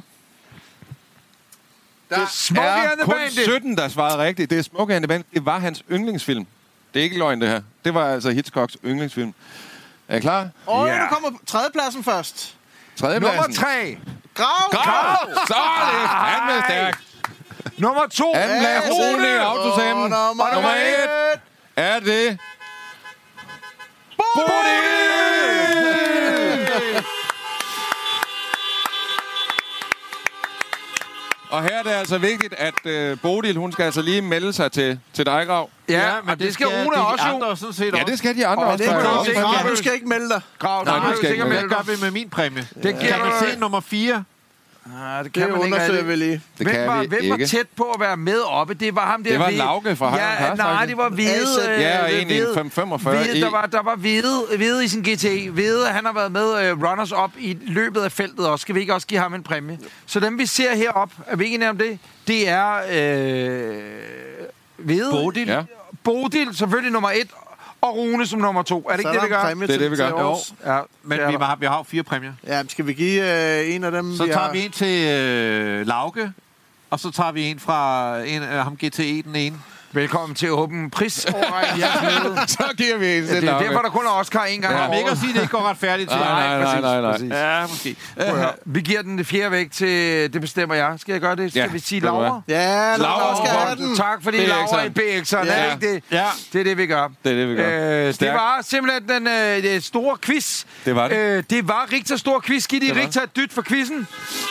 Der
Smokey and
er
the
kun
Bandit.
sytten, der svarede rigtigt. Det er Smokey and the Bandit. Det var hans yndlingsfilm. Det er ikke løgn, det her. Det var altså Hitchcocks yndlingsfilm. Er I klar?
Og
Ja.
nu kommer tredjepladsen først.
Tredjepladsen.
Nummer tre.
Grav!
Grav! Så er det fandme stærkt.
Nummer to.
Anden plads, Rune i Autosamen.
Og nummer
Og nummer et
et.
er det... Bodil! Og her er det altså vigtigt, at øh, Bodil, hun skal altså lige melde sig til, til dig, Grav.
Ja, men det skal Rune
de
også jo.
andre sådan set
Ja,
også.
det skal de andre
Og
også.
det
Der er
er
også
Grav,
præmier.
du skal ikke melde dig.
Grav,
Nej,
nej,
du
du
skal
skal
ikke
ikke
melde
melde
Hvad gør vi med min præmie?
Det giver
Kan man
du-
se nummer fire?
Nej, det
Det
kan man ikke
undersøger
rigtig.
vi lige.
Det
Hvem
kan
var,
vi
hvem var
ikke.
tæt på at være med oppe? Det var ham der.
Det var
hvide-
Lauke fra Highland
Ja,
Cars,
nej,
faktisk.
det var hvide.
A Z.
øh,
Ja, og en i en
hvide-
fem femogfyrre
hvide,
E.
der var, der var hvide, hvide i sin G T E. Hvide, han har været med uh, runners op i løbet af feltet også. Skal vi ikke også give ham en præmie? Så dem, vi ser heroppe, er vi ikke enige om det? Det er øh, Hvide.
Bodil.
Ja.
Bodil, selvfølgelig nummer et. Og Rune som nummer to. Er det
Så
ikke
er
det, vi
der en
gør?
præmie
Det er
til-
det, vi gør.
til års.
Ja,
Men
det er
vi
der.
har, vi har jo fire præmier.
Ja, men skal vi give øh, en af dem?
Så
vi
tager
har...
vi en til øh, Lauke, og så tager vi en fra en af ham G T E, den ene.
Velkommen til åben prisoverrækken.
Så giver vi en
Ja,
til
det er
Lauke.
derfor, der kun er Oscar en gang
Ja,
om
men ikke at
året.
sige, at det ikke går retfærdigt til.
Nej, nej, nej, nej, nej.
Ja, måske.
Prøv at høre. Vi giver den det fjerde væk til, det bestemmer jeg. Skal jeg gøre det? Skal
Ja,
vi sige
ved du
Laura?
Ja,
Laura
Laura skal
får
have
den.
den.
Tak fordi
B X'eren.
Laura i B X'eren.
Ja.
Er det ikke det?
Ja.
Det er det, vi gør.
Det er det, vi gør.
Øh, det
Stærkt.
var simpelthen den øh, det store quiz.
Det var det.
Øh, det var Richters store quiz. Giv de
var
Richter et dyt for quizzen.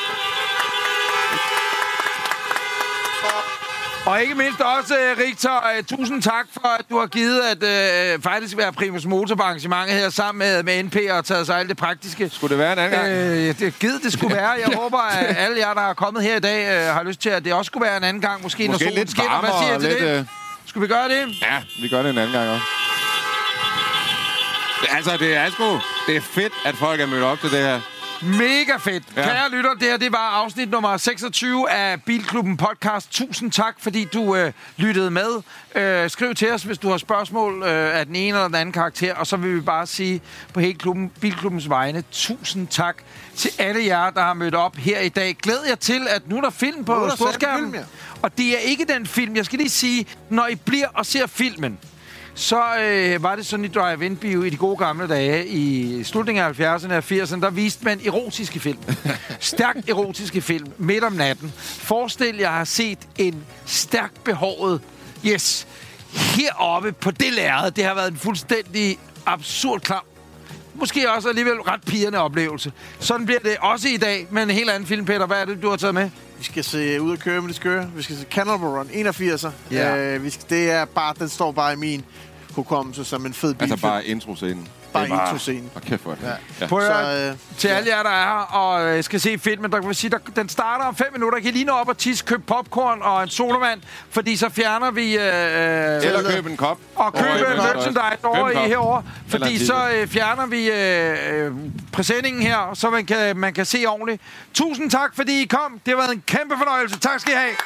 Og ikke mindst også, øh, Richter, øh, tusind tak for, at du har givet at øh, faktisk være primus motorarrangementet her sammen med, med N P og taget sig alt det praktiske.
Skulle det være en anden gang?
Øh, det givet det skulle være. Jeg håber, at alle jer, der er kommet her i dag, øh, har lyst til, at det også skulle være en anden gang. Måske,
Måske
når solen
lidt
skinner. Hvad
varmere
siger
og
I til
lidt,
det?
øh,
Skulle vi gøre det?
Ja, vi gør det en anden gang også. Altså, det er sgu... Det er fedt, at folk er mødt op til det her.
Mega fedt.
Ja.
Ja. Kære lytter, det her det var afsnit nummer seksogtyve af Bilklubben podcast. Tusind tak, fordi du øh, lyttede med. Øh, skriv til os, hvis du har spørgsmål øh, af den ene eller den anden karakter. Og så vil vi bare sige på hele klubben, Bilklubbens vegne, tusind tak til alle jer, der har mødt op her i dag. Glæd jer til, at nu er der film på
der
storskærmen.
film, ja.
Og det er ikke den film. Jeg skal lige sige, når I bliver og ser filmen, så øh, var det sådan i drive-in-bio i de gode gamle dage, i slutningen af halvfjerdserne og firserne, der viste man erotiske film. Stærkt erotiske film, midt om natten. Forestil jer at have set en stærkt behåret, yes, heroppe på det lærred. Det har været en fuldstændig absurd klam. Måske også alligevel ret pirrende oplevelse. Sådan bliver det også i dag med en helt anden film, Peter. Hvad er det, du har taget med?
Vi skal se ud at køre med det skøre. Vi skal se Cannibal Run, enogfirser.
Ja.
Øh, vi skal, det er bare, den står bare i min hukommelse som en fed bilfilm.
Altså bare introscenen.
bare
Det er
introscenen.
Og kæft for det.
Ja.
Ja.
Prøv at høre,
Så, øh,
til alle jer, der er her og øh, skal se filmen, der kan vi sige, der, den starter om fem minutter. Kan I lige nå op og tisse, købe popcorn og en sodavand, fordi så fjerner vi... Øh,
Eller købe en kop.
og købe
Over i
merchandise over
Køb en
i
kop.
herovre,
Eller
fordi
en
så øh, fjerner vi øh, øh, præsendingen her, så man kan, man kan se ordentligt. Tusind tak, fordi I kom. Det har været en kæmpe fornøjelse. Tak skal I have.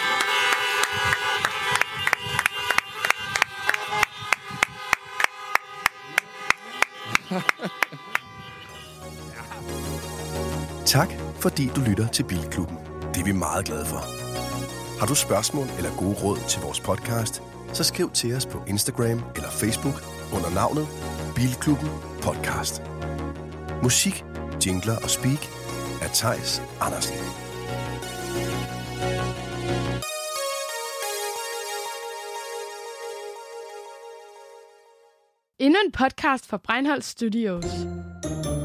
Tak, fordi du lytter til Bilklubben. Det er vi meget glade for. Har du spørgsmål eller gode råd til vores podcast, så skriv til os på Instagram eller Facebook under navnet Bilklubben Podcast. Musik, jingler og speak af Theis Andersen.
Endnu en podcast fra Breinholt Studios.